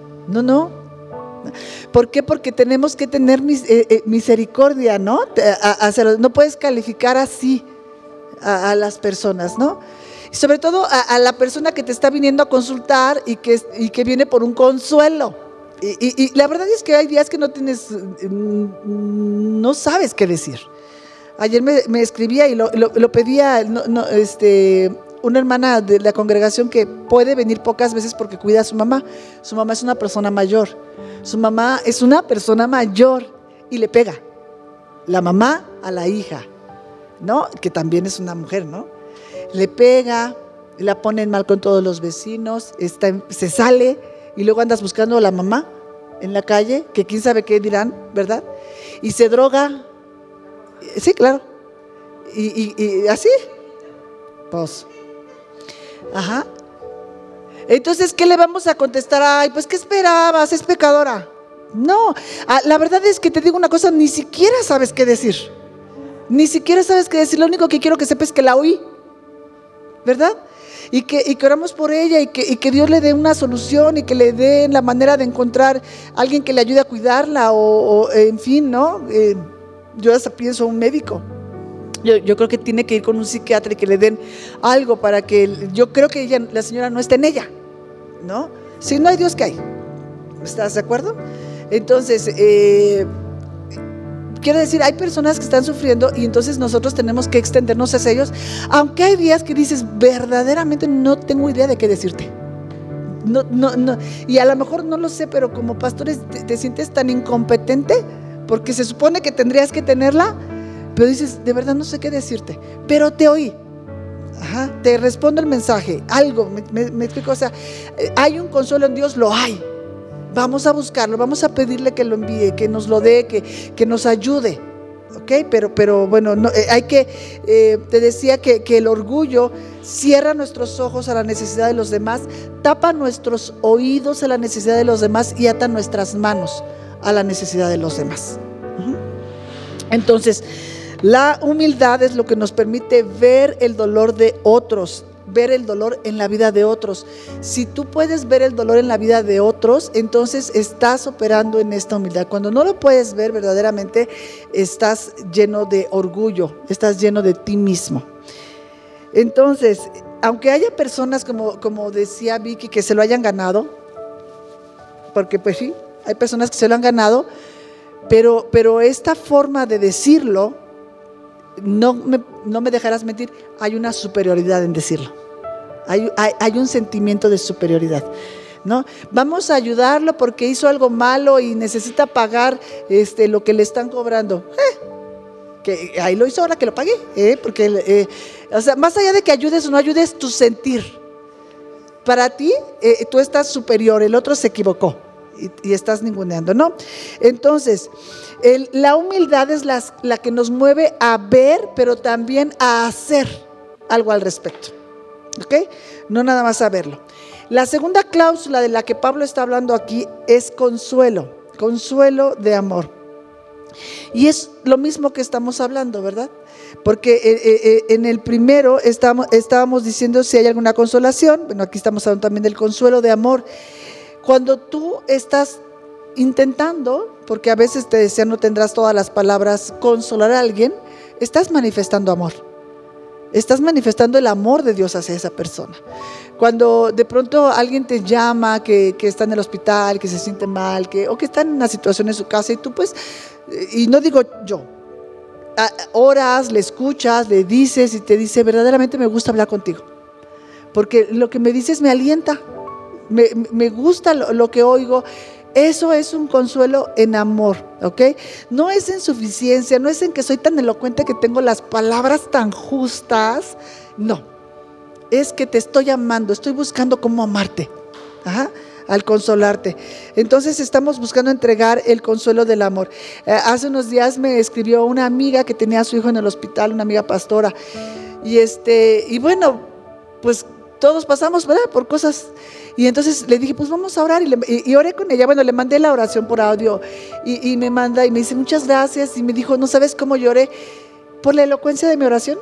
¿Por qué? Porque tenemos que tener misericordia, ¿no? No puedes calificar así a las personas, ¿no? Y sobre todo a la persona que te está viniendo a consultar y que viene por un consuelo. Y la verdad es que hay días que no sabes qué decir. Ayer me escribía y lo pedía, una hermana de la congregación que puede venir pocas veces porque cuida a su mamá. Su mamá es una persona mayor. Su mamá es una persona mayor y le pega. La mamá a la hija, ¿no? Que también es una mujer, ¿no? Le pega, la ponen mal con todos los vecinos, se sale y luego andas buscando a la mamá en la calle, que quién sabe qué dirán, ¿verdad? Y se droga. Sí, claro. Y así. Pues. Ajá. Entonces, ¿qué le vamos a contestar? Ay, pues, ¿qué esperabas? Es pecadora. No, la verdad es que te digo una cosa, ni siquiera sabes qué decir. Ni siquiera sabes qué decir. Lo único que quiero que sepas es que la oí, ¿verdad? Y que oramos por ella y que Dios le dé una solución y que le dé la manera de encontrar a alguien que le ayude a cuidarla o en fin, ¿no? Yo hasta pienso un médico. Yo creo que tiene que ir con un psiquiatra y que le den algo para que, yo creo que la señora no está en ella, ¿no? Si no hay Dios, ¿qué hay? ¿Estás de acuerdo? Entonces, quiero decir, hay personas que están sufriendo y entonces nosotros tenemos que extendernos hacia ellos, aunque hay días que dices, verdaderamente no tengo idea de qué decirte. No, y a lo mejor no lo sé, pero como pastores te sientes tan incompetente porque se supone que tendrías que tenerla, pero dices, de verdad no sé qué decirte, pero te oí. Ajá, te respondo el mensaje, algo, me explico, o sea, hay un consuelo en Dios, lo hay, Vamos a buscarlo, vamos a pedirle que lo envíe, que nos lo dé, que nos ayude. ¿Ok? Pero bueno, no, te decía que el orgullo cierra nuestros ojos a la necesidad de los demás, tapa nuestros oídos a la necesidad de los demás y ata nuestras manos a la necesidad de los demás. Entonces, la humildad es lo que nos permite ver el dolor de otros, ver el dolor en la vida de otros. Si tú puedes ver el dolor en la vida de otros, entonces estás operando en esta humildad. Cuando no lo puedes ver verdaderamente, estás lleno de orgullo, estás lleno de ti mismo. Entonces, aunque haya personas como decía Vicky, que se lo hayan ganado, porque pues sí, hay personas que se lo han ganado, pero esta forma de decirlo, no me dejarás mentir, hay una superioridad en decirlo. Hay un sentimiento de superioridad, ¿no? Vamos a ayudarlo porque hizo algo malo y necesita pagar lo que le están cobrando. Que ahí lo hizo, ahora que lo pague, porque o sea, más allá de que ayudes o no ayudes, tu sentir. Para ti, tú estás superior, el otro se equivocó y estás ninguneando, ¿no? Entonces, la humildad es la que nos mueve a ver, pero también a hacer algo al respecto. ¿Ok? No nada más a verlo. La segunda cláusula de la que Pablo está hablando aquí es consuelo de amor. Y es lo mismo que estamos hablando, ¿verdad? Porque en el primero estábamos diciendo si hay alguna consolación. Bueno, aquí estamos hablando también del consuelo de amor. Cuando tú estás intentando, porque a veces te decían no tendrás todas las palabras, consolar a alguien, estás manifestando amor. Estás manifestando el amor de Dios hacia esa persona. Cuando de pronto alguien te llama que está en el hospital, que se siente mal, o que está en una situación en su casa y tú pues, y no digo yo, oras, le escuchas, le dices y te dice verdaderamente me gusta hablar contigo. Porque lo que me dices me alienta, me gusta lo que oigo. Eso es un consuelo en amor, ¿ok? No es en suficiencia, no es en que soy tan elocuente que tengo las palabras tan justas, no. Es que te estoy amando, estoy buscando cómo amarte, al consolarte. Entonces estamos buscando entregar el consuelo del amor. Hace unos días me escribió una amiga que tenía a su hijo en el hospital, una amiga pastora, y bueno, pues todos pasamos, ¿verdad?, por cosas. Y entonces le dije, pues vamos a orar, y oré con ella. Bueno, le mandé la oración por audio y me manda y me dice muchas gracias, y me dijo, no sabes cómo lloré por la elocuencia de mi oración,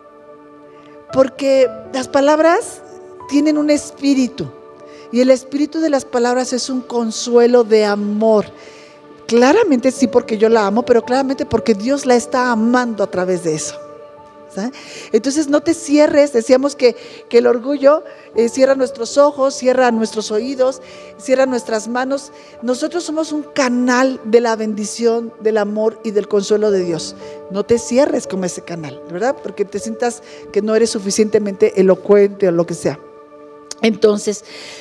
porque las palabras tienen un espíritu, y el espíritu de las palabras es un consuelo de amor. Claramente sí, porque yo la amo, pero claramente porque Dios la está amando a través de eso. Entonces no te cierres. Decíamos que el orgullo cierra nuestros ojos, cierra nuestros oídos, cierra nuestras manos. Nosotros somos un canal de la bendición, del amor y del consuelo de Dios. No te cierres como ese canal, ¿verdad? Porque te sientas que no eres suficientemente elocuente o lo que sea. Entonces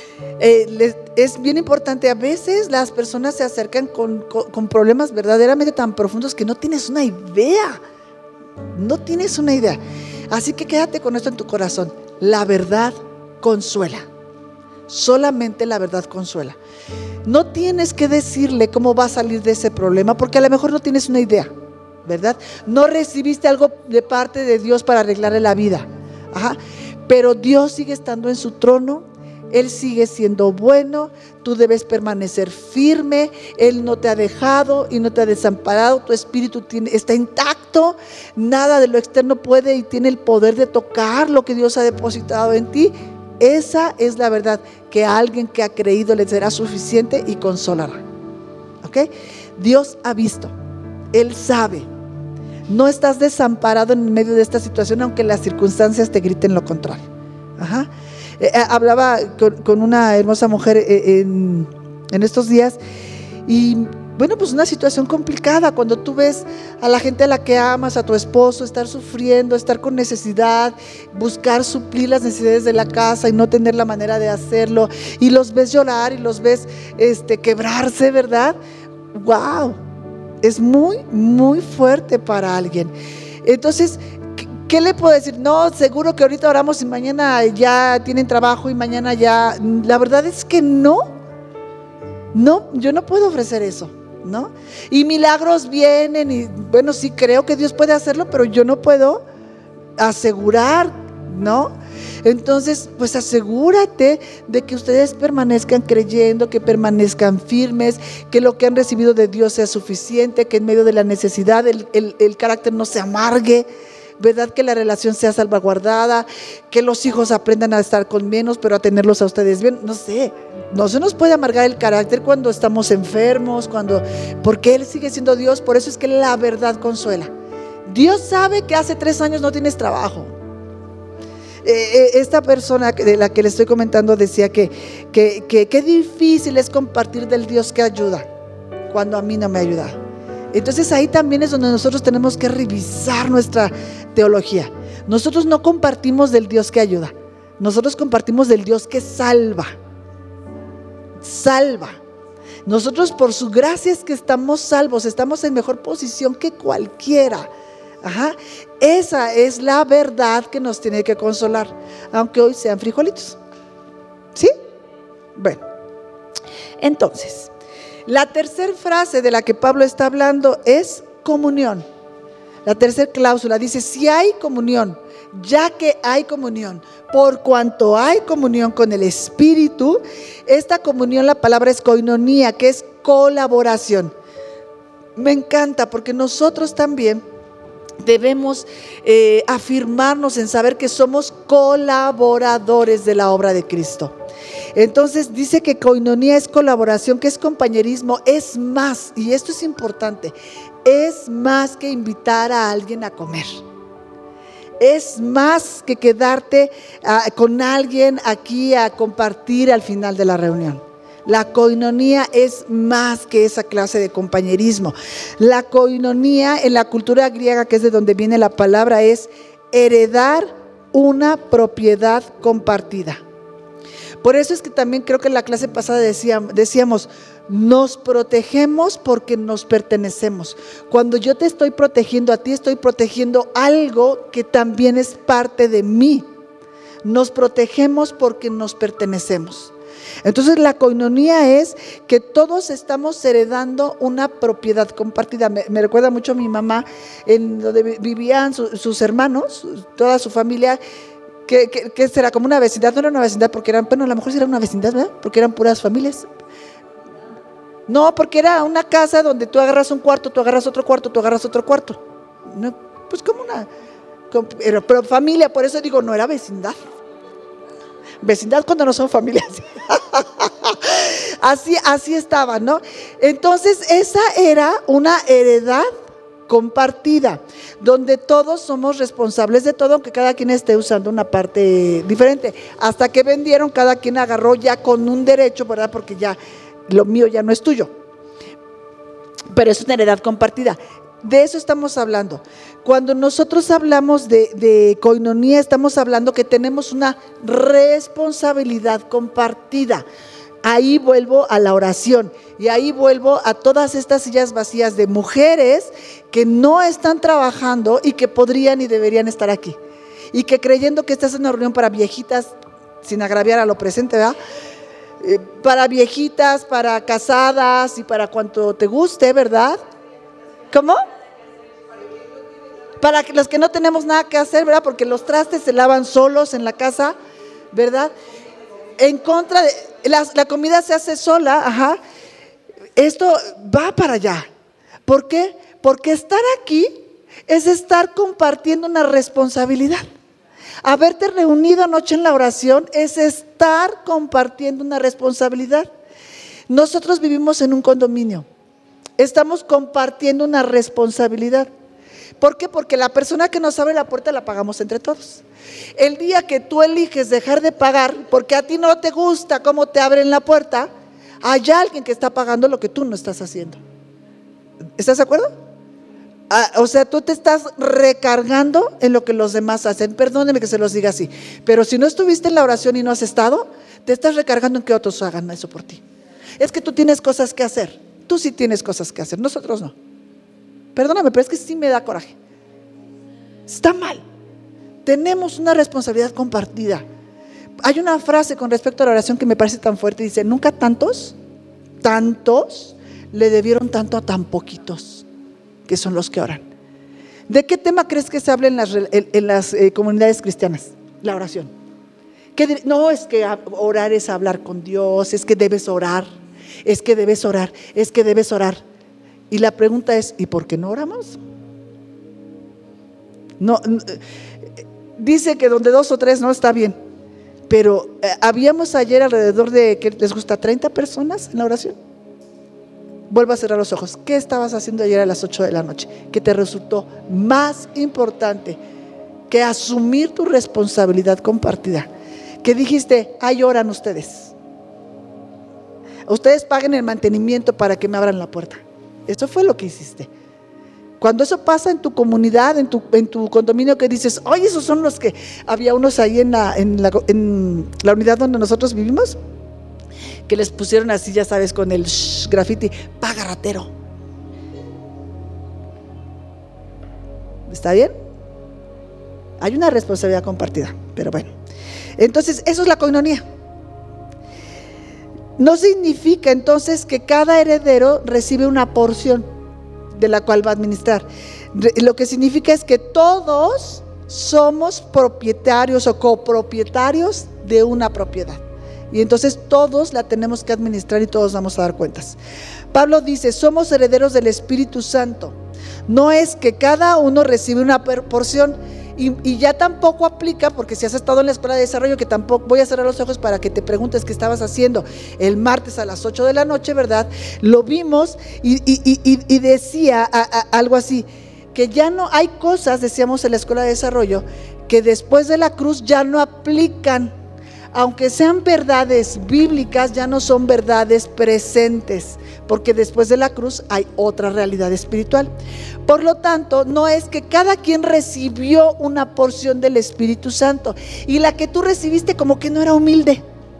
es bien importante. A veces las personas se acercan con problemas verdaderamente tan profundos que no tienes una idea. No tienes una idea. Así que quédate con esto en tu corazón. La verdad consuela. Solamente la verdad consuela. No tienes que decirle cómo va a salir de ese problema, porque a lo mejor no tienes una idea, ¿verdad? No recibiste algo de parte de Dios para arreglarle la vida. Pero Dios sigue estando en su trono. Él sigue siendo bueno, tú debes permanecer firme. Él no te ha dejado y no te ha desamparado. Tu espíritu está intacto. Nada de lo externo puede y tiene el poder de tocar lo que Dios ha depositado en ti. Esa es la verdad, que a alguien que ha creído le será suficiente y consolará. ¿Ok? Dios ha visto, Él sabe. No estás desamparado en medio de esta situación, aunque las circunstancias te griten lo contrario. Hablaba con una hermosa mujer en estos días, y bueno, pues una situación complicada cuando tú ves a la gente a la que amas, a tu esposo, estar sufriendo, estar con necesidad, buscar suplir las necesidades de la casa y no tener la manera de hacerlo, y los ves llorar y los ves quebrarse, ¿verdad? ¡Wow! Es muy, muy fuerte para alguien. Entonces, ¿qué le puedo decir? No, seguro que ahorita oramos y mañana ya tienen trabajo y mañana ya. La verdad es que no. No, yo no puedo ofrecer eso, ¿no? Y milagros vienen y bueno, sí creo que Dios puede hacerlo, pero yo no puedo asegurar, ¿no? Entonces, pues asegúrate de que ustedes permanezcan creyendo, que permanezcan firmes, que lo que han recibido de Dios sea suficiente, que en medio de la necesidad el carácter no se amargue, ¿verdad? Que la relación sea salvaguardada, que los hijos aprendan a estar con menos, pero a tenerlos a ustedes bien. No sé, no se nos puede amargar el carácter cuando estamos enfermos, porque Él sigue siendo Dios. Por eso es que la verdad consuela. Dios sabe que hace 3 años no tienes trabajo. Esta persona de la que le estoy comentando decía que qué difícil es compartir del Dios que ayuda cuando a mí no me ayuda. Entonces ahí también es donde nosotros tenemos que revisar nuestra teología. Nosotros no compartimos del Dios que ayuda, nosotros compartimos del Dios que salva. Nosotros por su gracia es que estamos salvos, estamos en mejor posición que cualquiera. Ajá. Esa es la verdad que nos tiene que consolar, aunque hoy sean frijolitos. ¿Sí? Bueno, entonces, la tercera frase de la que Pablo está hablando es comunión. La tercera cláusula dice: si hay comunión, ya que hay comunión, por cuanto hay comunión con el Espíritu. Esta comunión, la palabra es koinonía, que es colaboración. Me encanta porque nosotros también debemos afirmarnos en saber que somos colaboradores de la obra de Cristo. Entonces dice que koinonía es colaboración, que es compañerismo, es más, y esto es importante, es más que invitar a alguien a comer. Es más que quedarte con alguien aquí a compartir al final de la reunión. La koinonía es más que esa clase de compañerismo. La koinonía en la cultura griega, que es de donde viene la palabra, es heredar una propiedad compartida. Por eso es que también creo que en la clase pasada decíamos, nos protegemos porque nos pertenecemos. Cuando yo te estoy protegiendo a ti, estoy protegiendo algo que también es parte de mí. Nos protegemos porque nos pertenecemos. Entonces la koinonía es que todos estamos heredando una propiedad compartida. Me recuerda mucho a mi mamá, en donde vivían sus hermanos, toda su familia, que será como una vecindad. No era una vecindad porque eran, bueno, a lo mejor sí era una vecindad, ¿verdad? Porque eran puras familias. No, porque era una casa donde tú agarras un cuarto, tú agarras otro cuarto, tú agarras otro cuarto. No, pues como pero familia, por eso digo, no era vecindad. Vecindad cuando no son familias. Así estaba, ¿no? Entonces esa era una heredad compartida, donde todos somos responsables de todo, aunque cada quien esté usando una parte diferente. Hasta que vendieron, cada quien agarró ya con un derecho, ¿verdad? Porque ya lo mío ya no es tuyo. Pero es una heredad compartida. De eso estamos hablando. Cuando nosotros hablamos de koinonía, estamos hablando que tenemos una responsabilidad compartida. Ahí vuelvo a la oración y ahí vuelvo a todas estas sillas vacías de mujeres que no están trabajando y que podrían y deberían estar aquí. Y que creyendo que esta es una reunión para viejitas, sin agraviar a lo presente, ¿verdad? Para viejitas, para casadas y para cuanto te guste, ¿verdad? ¿Cómo? Para los que no tenemos nada que hacer, ¿verdad? Porque los trastes se lavan solos en la casa, ¿verdad? En contra de la comida se hace sola, ajá. Esto va para allá. ¿Por qué? Porque estar aquí es estar compartiendo una responsabilidad. Haberte reunido anoche en la oración es estar compartiendo una responsabilidad. Nosotros vivimos en un condominio. Estamos compartiendo una responsabilidad. ¿Por qué? Porque la persona que nos abre la puerta la pagamos entre todos. El día que tú eliges dejar de pagar porque a ti no te gusta cómo te abren la puerta, hay alguien que está pagando lo que tú no estás haciendo. ¿Estás de acuerdo? O sea, tú te estás recargando en lo que los demás hacen. Perdónenme que se los diga así, pero si no estuviste en la oración y no has estado, te estás recargando en que otros hagan eso por ti. Es que tú tienes cosas que hacer. Tú sí tienes cosas que hacer, nosotros no. Perdóname, pero es que sí me da coraje. Está mal. Tenemos una responsabilidad compartida. Hay una frase con respecto a la oración que me parece tan fuerte. Dice, nunca tantos tantos le debieron tanto a tan poquitos, que son los que oran. ¿De qué tema crees que se habla en las comunidades cristianas? La oración. No, es que orar es hablar con Dios, es que debes orar, es que debes orar, es que debes orar. Y la pregunta es, ¿y por qué no oramos? No, dice que donde 2 o 3 no está bien, pero habíamos ayer alrededor de, ¿qué les gusta? 30 personas en la oración. Vuelvo a cerrar los ojos. ¿Qué estabas haciendo ayer a las 8 de la noche? ¿Qué te resultó más importante que asumir tu responsabilidad compartida? Que dijiste, ahí oran ustedes. Ustedes paguen el mantenimiento para que me abran la puerta. Eso fue lo que hiciste. Cuando eso pasa en tu comunidad, en tu condominio, que dices, oye, esos son los que había unos ahí en la unidad donde nosotros vivimos, que les pusieron así, ya sabes, con el graffiti, paga ratero. ¿Está bien? Hay una responsabilidad compartida, pero bueno. Entonces, eso es la coinonía. No significa entonces que cada heredero recibe una porción de la cual va a administrar. Lo que significa es que todos somos propietarios o copropietarios de una propiedad. Y entonces todos la tenemos que administrar y todos vamos a dar cuentas. Pablo dice, somos herederos del Espíritu Santo. No es que cada uno recibe una porción. Y ya tampoco aplica, porque si has estado en la escuela de desarrollo, que tampoco, voy a cerrar los ojos para que te preguntes qué estabas haciendo el martes a las 8 de la noche, ¿verdad? Lo vimos y decía algo así, que ya no hay cosas, decíamos en la escuela de desarrollo, que después de la cruz ya no aplican. Aunque sean verdades bíblicas, ya no son verdades presentes, porque después de la cruz hay otra realidad espiritual. Por lo tanto, no es que cada quien recibió una porción del Espíritu Santo, y la que tú recibiste como que no era humilde,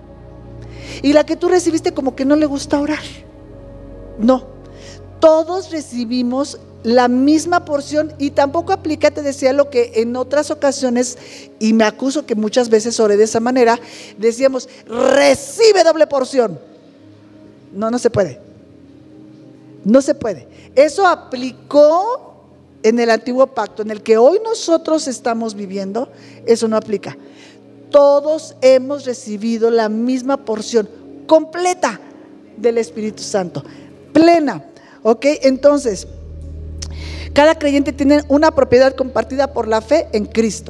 y la que tú recibiste como que no le gusta orar. No, todos recibimos la misma porción, y tampoco aplica, te decía, lo que en otras ocasiones, y me acuso que muchas veces oré de esa manera, decíamos, recibe doble porción. No se puede. No se puede. Eso aplicó en el antiguo pacto, en el que hoy nosotros estamos viviendo. Eso no aplica. Todos hemos recibido la misma porción completa del Espíritu Santo, plena. ¿Ok? Entonces, cada creyente tiene una propiedad compartida por la fe en Cristo,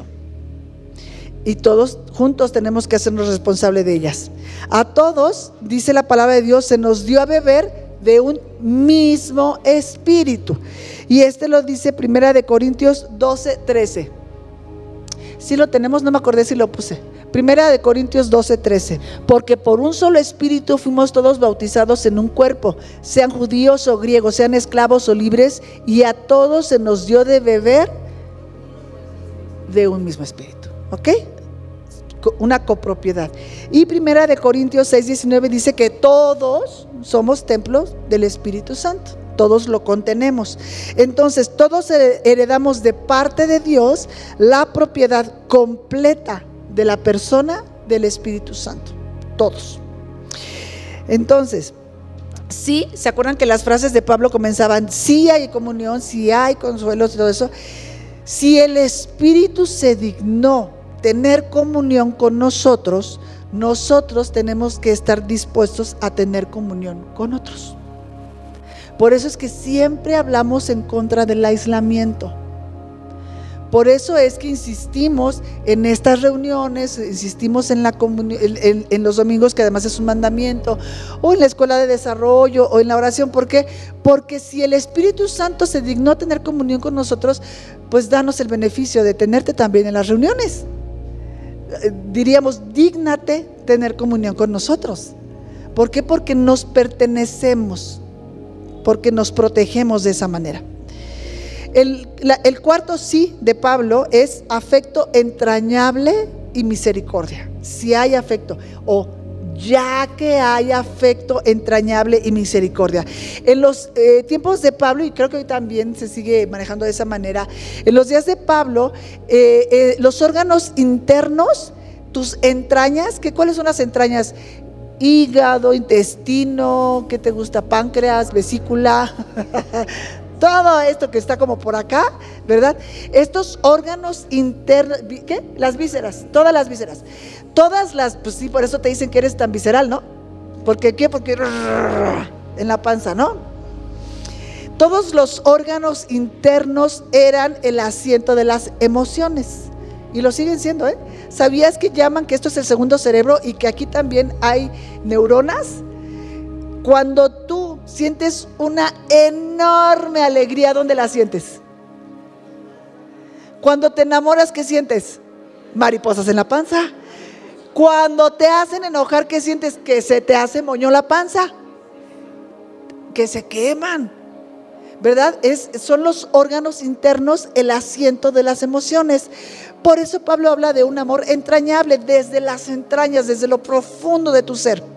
y todos juntos tenemos que hacernos responsables de ellas. A todos, dice la palabra de Dios, se nos dio a beber de un mismo espíritu, y lo dice 1 Corintios 12:13. Si lo tenemos, no me acordé si lo puse. 1 Corintios 12:13. Porque por un solo espíritu fuimos todos bautizados en un cuerpo, sean judíos o griegos, sean esclavos o libres, y a todos se nos dio de beber de un mismo espíritu. ¿Ok? Una copropiedad. Y 1 Corintios 6:19 dice que todos somos templos del Espíritu Santo. Todos lo contenemos. Entonces, todos heredamos de parte de Dios la propiedad completa de la persona del Espíritu Santo. Todos. Entonces, sí, ¿se acuerdan que las frases de Pablo comenzaban? Sí hay comunión, sí hay consuelo y todo eso. Si el Espíritu se dignó tener comunión con nosotros, nosotros tenemos que estar dispuestos a tener comunión con otros. Por eso es que siempre hablamos en contra del aislamiento. Por eso es que insistimos en estas reuniones, insistimos en la comunión, en los domingos, que además es un mandamiento, o en la escuela de desarrollo, o en la oración. ¿Por qué? Porque si el Espíritu Santo se dignó tener comunión con nosotros, pues danos el beneficio de tenerte también en las reuniones. Diríamos, dígnate tener comunión con nosotros. ¿Por qué? Porque nos pertenecemos, porque nos protegemos de esa manera. El cuarto sí de Pablo es afecto entrañable y misericordia. Si hay afecto, o ya que hay afecto entrañable y misericordia. En los tiempos de Pablo, y creo que hoy también se sigue manejando de esa manera, en los días de Pablo, los órganos internos, tus entrañas, ¿cuáles son las entrañas? hígado, intestino, ¿qué te gusta? Páncreas, vesícula, todo esto que está como por acá, ¿verdad? Estos órganos internos, ¿qué? Las vísceras, todas las vísceras. Todas las, pues sí, por eso te dicen que eres tan visceral, ¿no? ¿Por qué? Porque en la panza, ¿no? Todos los órganos internos eran el asiento de las emociones. Y lo siguen siendo, ¿eh? ¿Sabías que llaman que esto es el segundo cerebro y que aquí también hay neuronas? Cuando tú sientes una enorme alegría, ¿dónde la sientes? Cuando te enamoras, ¿qué sientes? Mariposas en la panza. Cuando te hacen enojar, ¿qué sientes? Que se te hace moño la panza, que se queman, ¿verdad? Son los órganos internos el asiento de las emociones. Por eso Pablo habla de un amor entrañable desde las entrañas, desde lo profundo de tu ser.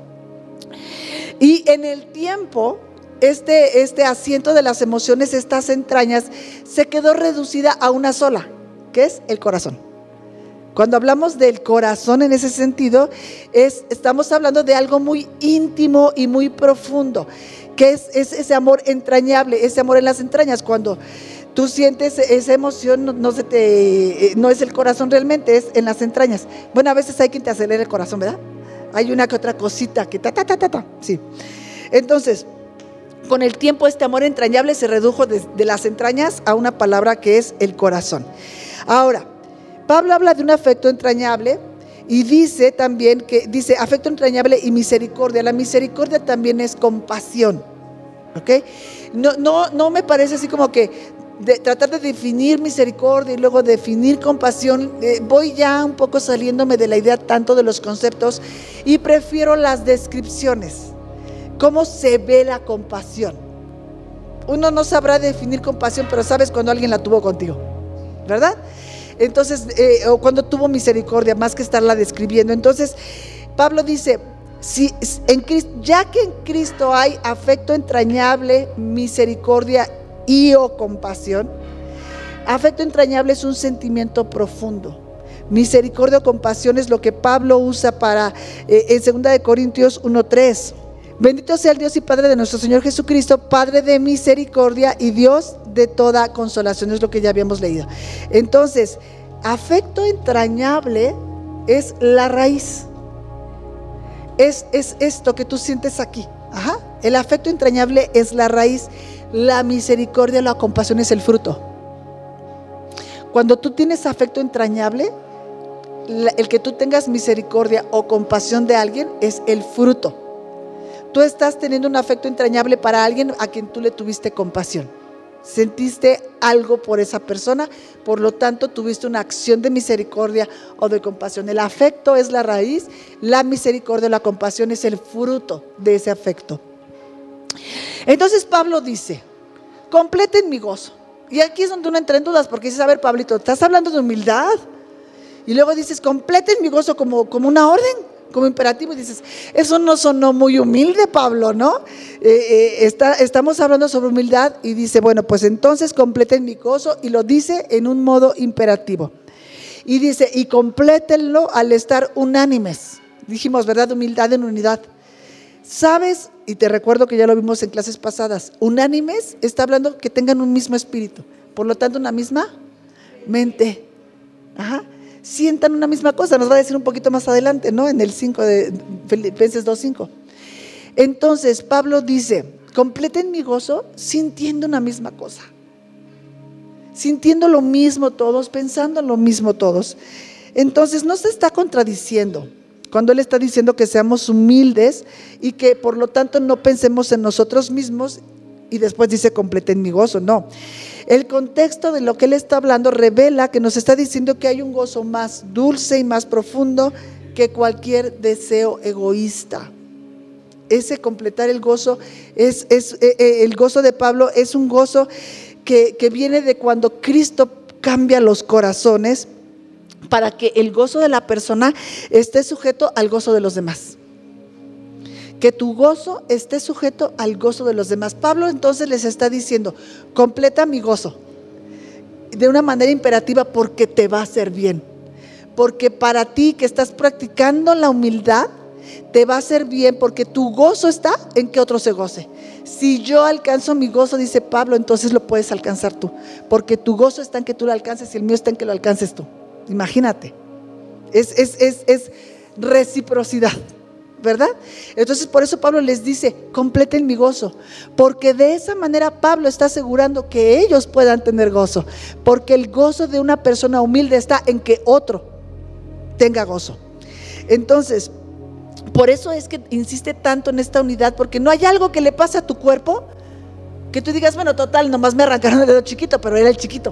Y en el tiempo, este asiento de las emociones, estas entrañas, se quedó reducida a una sola, que es el corazón. Cuando hablamos del corazón en ese sentido, estamos hablando de algo muy íntimo y muy profundo, que es ese amor entrañable, ese amor en las entrañas. Cuando tú sientes esa emoción, no es el corazón realmente, es en las entrañas. Bueno, a veces hay quien te acelera el corazón, ¿verdad? Hay una que otra cosita que sí. Entonces, con el tiempo este amor entrañable se redujo de las entrañas a una palabra que es el corazón. Ahora, Pablo habla de un afecto entrañable y dice también dice afecto entrañable y misericordia. La misericordia también es compasión, ¿ok? No me parece así como que tratar de definir misericordia y luego definir compasión. Voy ya un poco saliéndome de la idea tanto de los conceptos y prefiero las descripciones. ¿Cómo se ve la compasión? Uno no sabrá definir compasión, pero sabes cuando alguien la tuvo contigo, ¿verdad? Entonces, o cuando tuvo misericordia, más que estarla describiendo. Entonces, Pablo dice, ya que en Cristo hay afecto entrañable, misericordia y o compasión. Afecto entrañable es un sentimiento profundo. Misericordia o compasión es lo que Pablo usa para en 2 Corintios 1:3. Bendito sea el Dios y Padre de nuestro Señor Jesucristo, Padre de misericordia y Dios de toda consolación, es lo que ya habíamos leído. Entonces, afecto entrañable es la raíz. Es esto que tú sientes aquí. Ajá. El afecto entrañable es la raíz. La misericordia, la compasión es el fruto. Cuando tú tienes afecto entrañable, el que tú tengas misericordia o compasión de alguien es el fruto. Tú estás teniendo un afecto entrañable para alguien a quien tú le tuviste compasión. Sentiste algo por esa persona, por lo tanto tuviste una acción de misericordia o de compasión. El afecto es la raíz, la misericordia o la compasión es el fruto de ese afecto. Entonces Pablo dice, completen mi gozo. Y aquí es donde uno entra en dudas, porque dices, a ver, Pablito, estás hablando de humildad y luego dices, completen mi gozo como una orden, como imperativo, y dices, eso no sonó muy humilde, Pablo, ¿no? Estamos hablando sobre humildad y dice, bueno, pues entonces completen mi gozo, y lo dice en un modo imperativo. Y dice, y complétenlo al estar unánimes. Dijimos, ¿verdad? Humildad en unidad. ¿Sabes? Y te recuerdo que ya lo vimos en clases pasadas. Unánimes está hablando que tengan un mismo espíritu, por lo tanto una misma mente. Ajá. Sientan una misma cosa, nos va a decir un poquito más adelante, ¿no? En el 5 de Filipenses 2:5. Entonces Pablo dice, completen mi gozo sintiendo una misma cosa, sintiendo lo mismo todos, pensando en lo mismo todos. Entonces no se está contradiciendo cuando él está diciendo que seamos humildes y que por lo tanto no pensemos en nosotros mismos y después dice completen mi gozo. No, el contexto de lo que él está hablando revela que nos está diciendo que hay un gozo más dulce y más profundo que cualquier deseo egoísta. Ese completar el gozo el gozo de Pablo es un gozo que viene de cuando Cristo cambia los corazones para que el gozo de la persona esté sujeto al gozo de los demás. Que tu gozo esté sujeto al gozo de los demás. Pablo entonces les está diciendo, completa mi gozo de una manera imperativa porque te va a hacer bien. Porque para ti que estás practicando la humildad, te va a hacer bien, porque tu gozo está en que otro se goce. Si yo alcanzo mi gozo, dice Pablo, entonces lo puedes alcanzar tú, porque tu gozo está en que tú lo alcances y el mío está en que lo alcances tú. Imagínate, es reciprocidad, ¿verdad? Entonces por eso Pablo les dice, completen mi gozo, porque de esa manera Pablo está asegurando que ellos puedan tener gozo, porque el gozo de una persona humilde está en que otro tenga gozo. Entonces, por eso es que insiste tanto en esta unidad, porque no hay algo que le pase a tu cuerpo que tú digas, bueno, total, nomás me arrancaron el dedo chiquito, pero era el chiquito.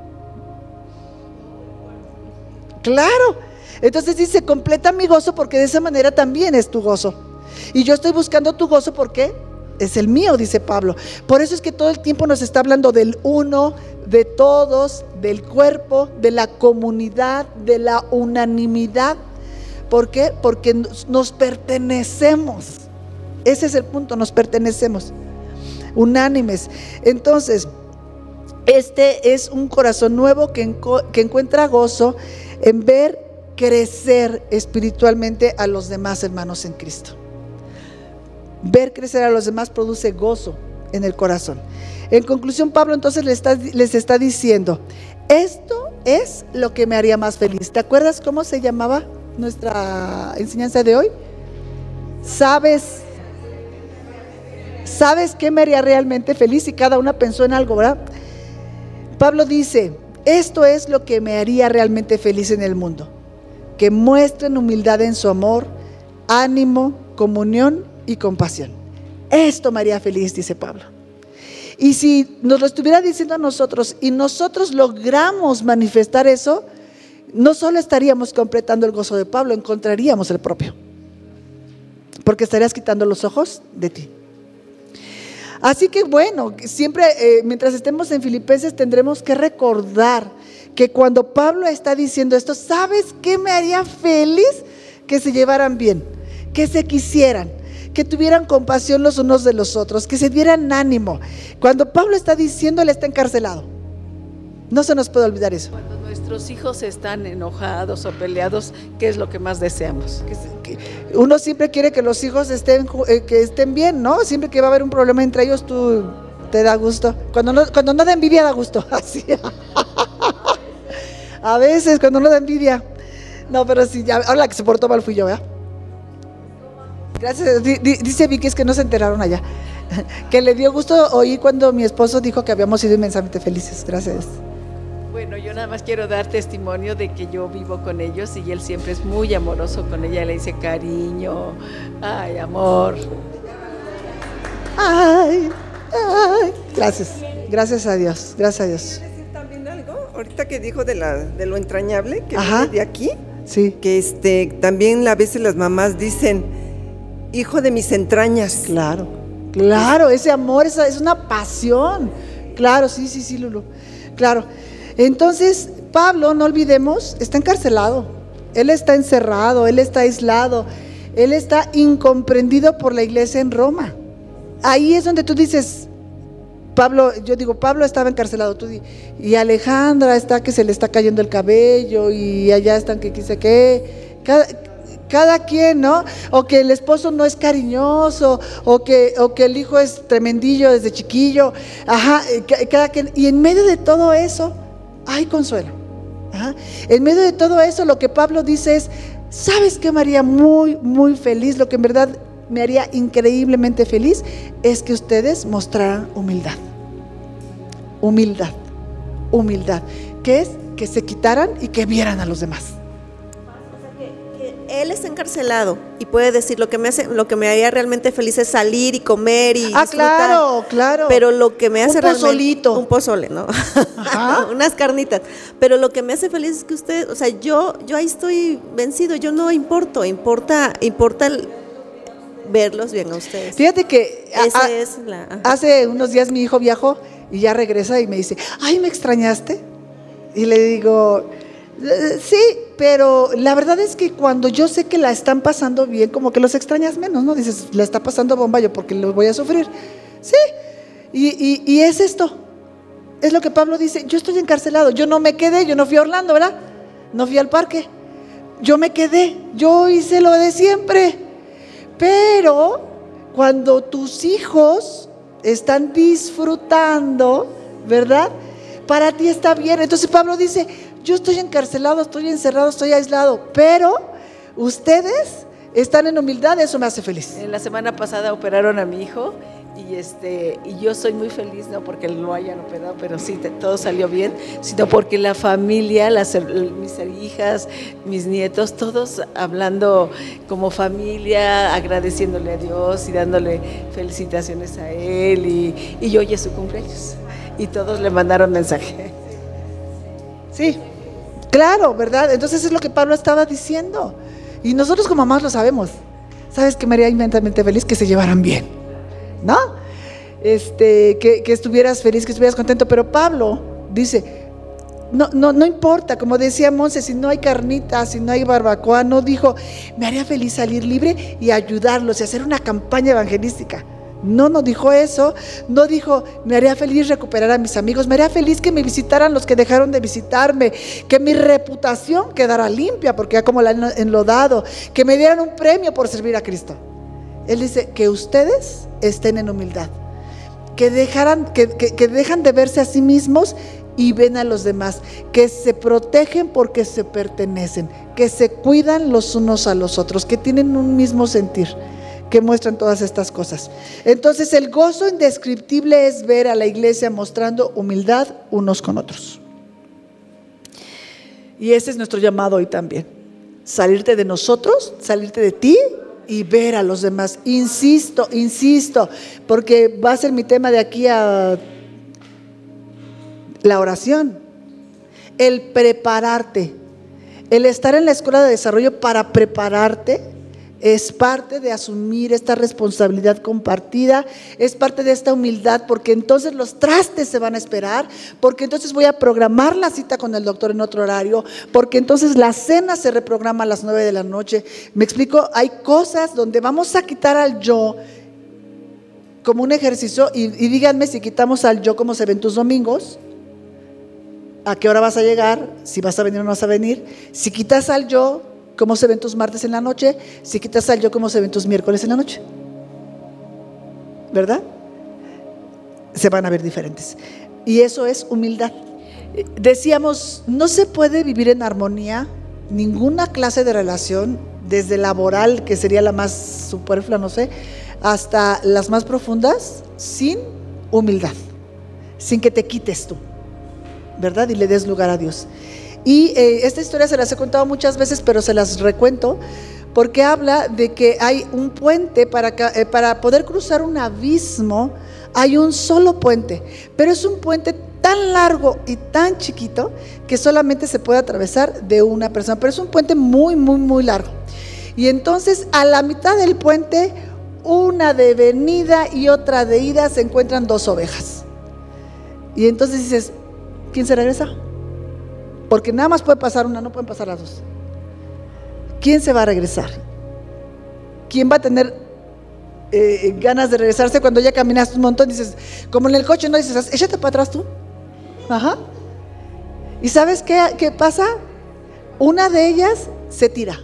Claro. Entonces dice, completa mi gozo, porque de esa manera también es tu gozo. Y yo estoy buscando tu gozo porque es el mío, dice Pablo. Por eso es que todo el tiempo nos está hablando del uno, de todos, del cuerpo, de la comunidad, de la unanimidad. ¿Por qué? Porque nos pertenecemos. Ese es el punto, nos pertenecemos. Unánimes. Entonces, este es un corazón nuevo que encuentra gozo en ver crecer espiritualmente a los demás hermanos en Cristo. Ver crecer a los demás produce gozo en el corazón. En conclusión, Pablo entonces les está diciendo, esto es lo que me haría más feliz. ¿Te acuerdas cómo se llamaba nuestra enseñanza de hoy? ¿Sabes qué me haría realmente feliz? Y cada una pensó en algo, ¿verdad? Pablo dice, esto es lo que me haría realmente feliz en el mundo, que muestren humildad en su amor, ánimo, comunión y compasión. Esto me haría feliz, dice Pablo. Y si nos lo estuviera diciendo a nosotros y nosotros logramos manifestar eso, no solo estaríamos completando el gozo de Pablo, encontraríamos el propio, porque estarías quitando los ojos de ti. Así que bueno, siempre mientras estemos en Filipenses tendremos que recordar que cuando Pablo está diciendo esto, ¿sabes qué me haría feliz? Que se llevaran bien, que se quisieran, que tuvieran compasión los unos de los otros, que se dieran ánimo. Cuando Pablo está diciendo, él está encarcelado. No se nos puede olvidar eso. Cuando nuestros hijos están enojados o peleados, ¿qué es lo que más deseamos? Uno siempre quiere que los hijos que estén bien, ¿no? Siempre que va a haber un problema entre ellos, tú te da gusto. Cuando no da envidia, da gusto. Así. A veces, cuando no da envidia. No, pero sí, ya, ahora la que se portó mal fui yo, ¿verdad? Gracias. Dice Vicky, es que no se enteraron allá. Que le dio gusto oír cuando mi esposo dijo que habíamos sido inmensamente felices. Gracias. Bueno, yo nada más quiero dar testimonio de que yo vivo con ellos y él siempre es muy amoroso con ella, le dice cariño, ay, amor. Ay. Gracias a Dios, gracias a Dios. ¿Quiero decir también algo? Ahorita que dijo de lo entrañable que Ajá. viene de aquí, Sí. que también a veces las mamás dicen, hijo de mis entrañas. Claro, ese amor es una pasión. Claro, sí, Lulu. Claro. Entonces, Pablo, no olvidemos, está encarcelado. Él está encerrado, él está aislado, él está incomprendido por la iglesia en Roma. Ahí es donde tú dices, Pablo estaba encarcelado, y Alejandra está que se le está cayendo el cabello, y allá están que quise que, cada quien, ¿no? O que el esposo no es cariñoso, o que el hijo es tremendillo desde chiquillo, cada quien, y en medio de todo eso hay consuelo. En medio de todo eso, lo que Pablo dice es, ¿sabes qué me haría muy, muy feliz? Lo que en verdad me haría increíblemente feliz es que ustedes mostraran humildad. Humildad, que es que se quitaran y que vieran a los demás. Él está encarcelado y puede decir lo que me haría realmente feliz es salir y comer y disfrutar. Claro. Pero lo que me hace pozolito. un pozole, ¿no? Unas carnitas. Pero lo que me hace feliz es que usted, o sea, yo ahí estoy vencido, yo no importa verlos bien a ustedes. Fíjate que la hace unos días mi hijo viajó y ya regresa y me dice, ay, ¿me extrañaste? Y le digo, sí, pero la verdad es que cuando yo sé que la están pasando bien, como que los extrañas menos, ¿no? Dices, la está pasando bomba, yo porque lo voy a sufrir. Sí, y es esto, es lo que Pablo dice, yo estoy encarcelado, yo no me quedé, yo no fui a Orlando, ¿verdad? No fui al parque, yo me quedé, yo hice lo de siempre. Pero cuando tus hijos están disfrutando, ¿verdad? Para ti está bien. Entonces Pablo dice, yo estoy encarcelado, estoy encerrado, estoy aislado, pero ustedes están en humildad, eso me hace feliz. La semana pasada operaron a mi hijo y yo soy muy feliz, no porque lo hayan operado, pero sí, todo salió bien, sino porque la familia, mis hijas, mis nietos, todos hablando como familia, agradeciéndole a Dios y dándole felicitaciones a él, y hoy es su cumpleaños y todos le mandaron mensaje. Sí, claro, ¿verdad? Entonces es lo que Pablo estaba diciendo. Y nosotros como mamás lo sabemos. ¿Sabes qué me haría inmensamente feliz? Que se llevaran bien, ¿no? Que estuvieras feliz, que estuvieras contento. Pero Pablo dice, no importa, como decía Monse, si no hay carnitas, si no hay barbacoa, no dijo, me haría feliz salir libre y ayudarlos y hacer una campaña evangelística. No dijo eso, no dijo, me haría feliz recuperar a mis amigos, me haría feliz que me visitaran los que dejaron de visitarme, que mi reputación quedara limpia, porque ya como la han enlodado, que me dieran un premio por servir a Cristo. Él dice, que ustedes estén en humildad, que dejan de verse a sí mismos y ven a los demás, que se protegen porque se pertenecen, que se cuidan los unos a los otros, que tienen un mismo sentir, que muestran todas estas cosas. Entonces el gozo indescriptible es ver a la iglesia mostrando humildad unos con otros. Y ese es nuestro llamado hoy también, salirte de nosotros, salirte de ti y ver a los demás. Insisto, porque va a ser mi tema de aquí a la oración, el prepararte, el estar en la escuela de desarrollo para prepararte. Es parte de asumir esta responsabilidad compartida, es parte de esta humildad, porque entonces los trastes se van a esperar, porque entonces voy a programar la cita con el doctor en otro horario, porque entonces la cena se reprograma a las 9 de la noche. Me explico, hay cosas donde vamos a quitar al yo como un ejercicio, y díganme si quitamos al yo, ¿cómo se ven tus domingos? ¿A qué hora vas a llegar? Si vas a venir o no vas a venir. Si quitas al yo, ¿cómo se ven tus martes en la noche? Si quitas al yo, ¿cómo se ven tus miércoles en la noche? ¿Verdad? Se van a ver diferentes. Y eso es humildad. Decíamos, no se puede vivir en armonía ninguna clase de relación, desde laboral, que sería la más superflua, no sé, hasta las más profundas, sin humildad, sin que te quites tú, ¿verdad? Y le des lugar a Dios. Y esta historia se las he contado muchas veces, pero se las recuento porque habla de que hay un puente para poder cruzar un abismo. Hay un solo puente, pero es un puente tan largo y tan chiquito que solamente se puede atravesar de una persona, pero es un puente muy, muy, muy largo. Y entonces a la mitad del puente, una de venida y otra de ida, se encuentran dos ovejas. Y entonces dices, ¿quién se regresa? Porque nada más puede pasar una, no pueden pasar las dos. ¿Quién se va a regresar? ¿Quién va a tener ganas de regresarse cuando ya caminaste un montón? Dices, como en el coche, ¿no? Dices, échate para atrás tú. Ajá. ¿Y sabes qué pasa? Una de ellas se tira.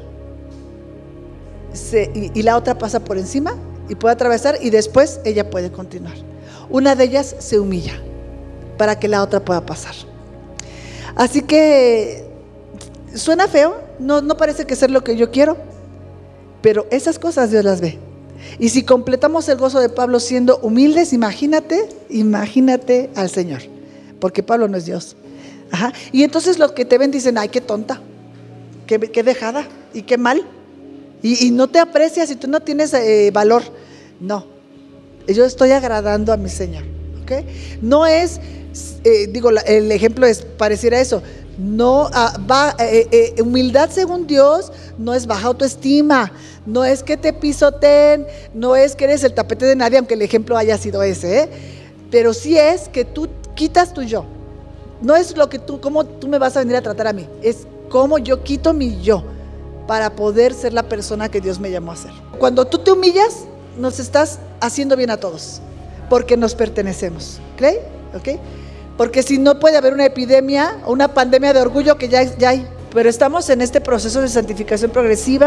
Y la otra pasa por encima y puede atravesar, y después ella puede continuar. Una de ellas se humilla para que la otra pueda pasar. Así que suena feo, no parece que sea lo que yo quiero, pero esas cosas Dios las ve. Y si completamos el gozo de Pablo siendo humildes, imagínate al Señor, porque Pablo no es Dios. Ajá. Y entonces los que te ven dicen, ay, qué tonta, qué dejada y qué mal, y no te aprecias y tú no tienes valor. No, yo estoy agradando a mi Señor, ¿ok? No es... el ejemplo pareciera eso. No humildad según Dios no es baja autoestima, no es que te pisoteen, no es que eres el tapete de nadie, aunque el ejemplo haya sido ese, pero sí es que tú quitas tu yo. No es cómo tú me vas a venir a tratar a mí, es cómo yo quito mi yo para poder ser la persona que Dios me llamó a ser. Cuando tú te humillas, nos estás haciendo bien a todos, porque nos pertenecemos, ¿cree? ¿Ok? Porque si no, puede haber una epidemia o una pandemia de orgullo, que ya hay. Pero estamos en este proceso de santificación progresiva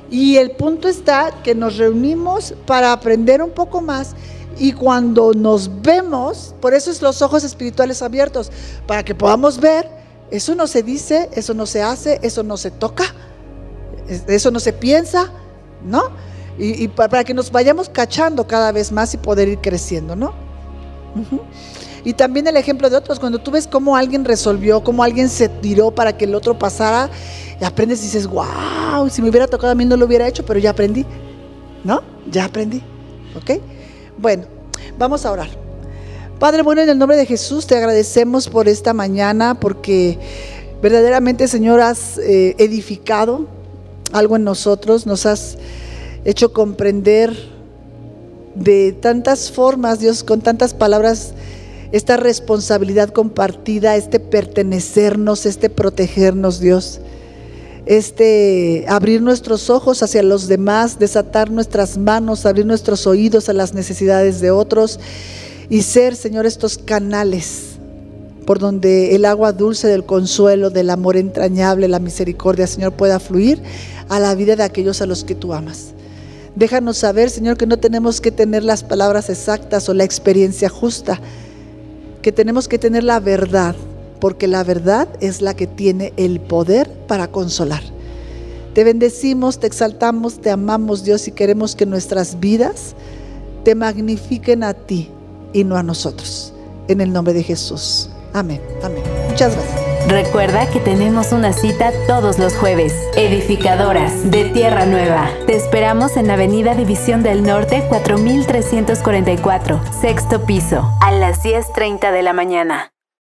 Y el punto está que nos reunimos para aprender un poco más. Y cuando nos vemos, por eso es los ojos espirituales abiertos, para que podamos ver, eso no se dice, eso no se hace, eso no se toca, eso no se piensa, ¿no? Y para que nos vayamos cachando cada vez más y poder ir creciendo, ¿no? Uh-huh. Y también el ejemplo de otros, cuando tú ves cómo alguien resolvió, cómo alguien se tiró para que el otro pasara, y aprendes y dices, wow, si me hubiera tocado a mí no lo hubiera hecho, pero ya aprendí, ¿no? Ya aprendí, ¿ok? Bueno, vamos a orar. Padre bueno, en el nombre de Jesús te agradecemos por esta mañana, porque verdaderamente, Señor, has edificado algo en nosotros, nos has hecho comprender de tantas formas, Dios, con tantas palabras, esta responsabilidad compartida, este pertenecernos, este protegernos, Dios, abrir nuestros ojos hacia los demás, desatar nuestras manos, abrir nuestros oídos a las necesidades de otros y ser, Señor, estos canales por donde el agua dulce del consuelo, del amor entrañable, la misericordia, Señor, pueda fluir a la vida de aquellos a los que tú amas. Déjanos saber, Señor, que no tenemos que tener las palabras exactas o la experiencia justa, que tenemos que tener la verdad, porque la verdad es la que tiene el poder para consolar. Te bendecimos, te exaltamos, te amamos, Dios, y queremos que nuestras vidas te magnifiquen a ti y no a nosotros. En el nombre de Jesús. Amén. Amén. Muchas gracias. Recuerda que tenemos una cita todos los jueves. Edificadoras de Tierra Nueva. Te esperamos en Avenida División del Norte 4344, sexto piso, a las 10:30 de la mañana.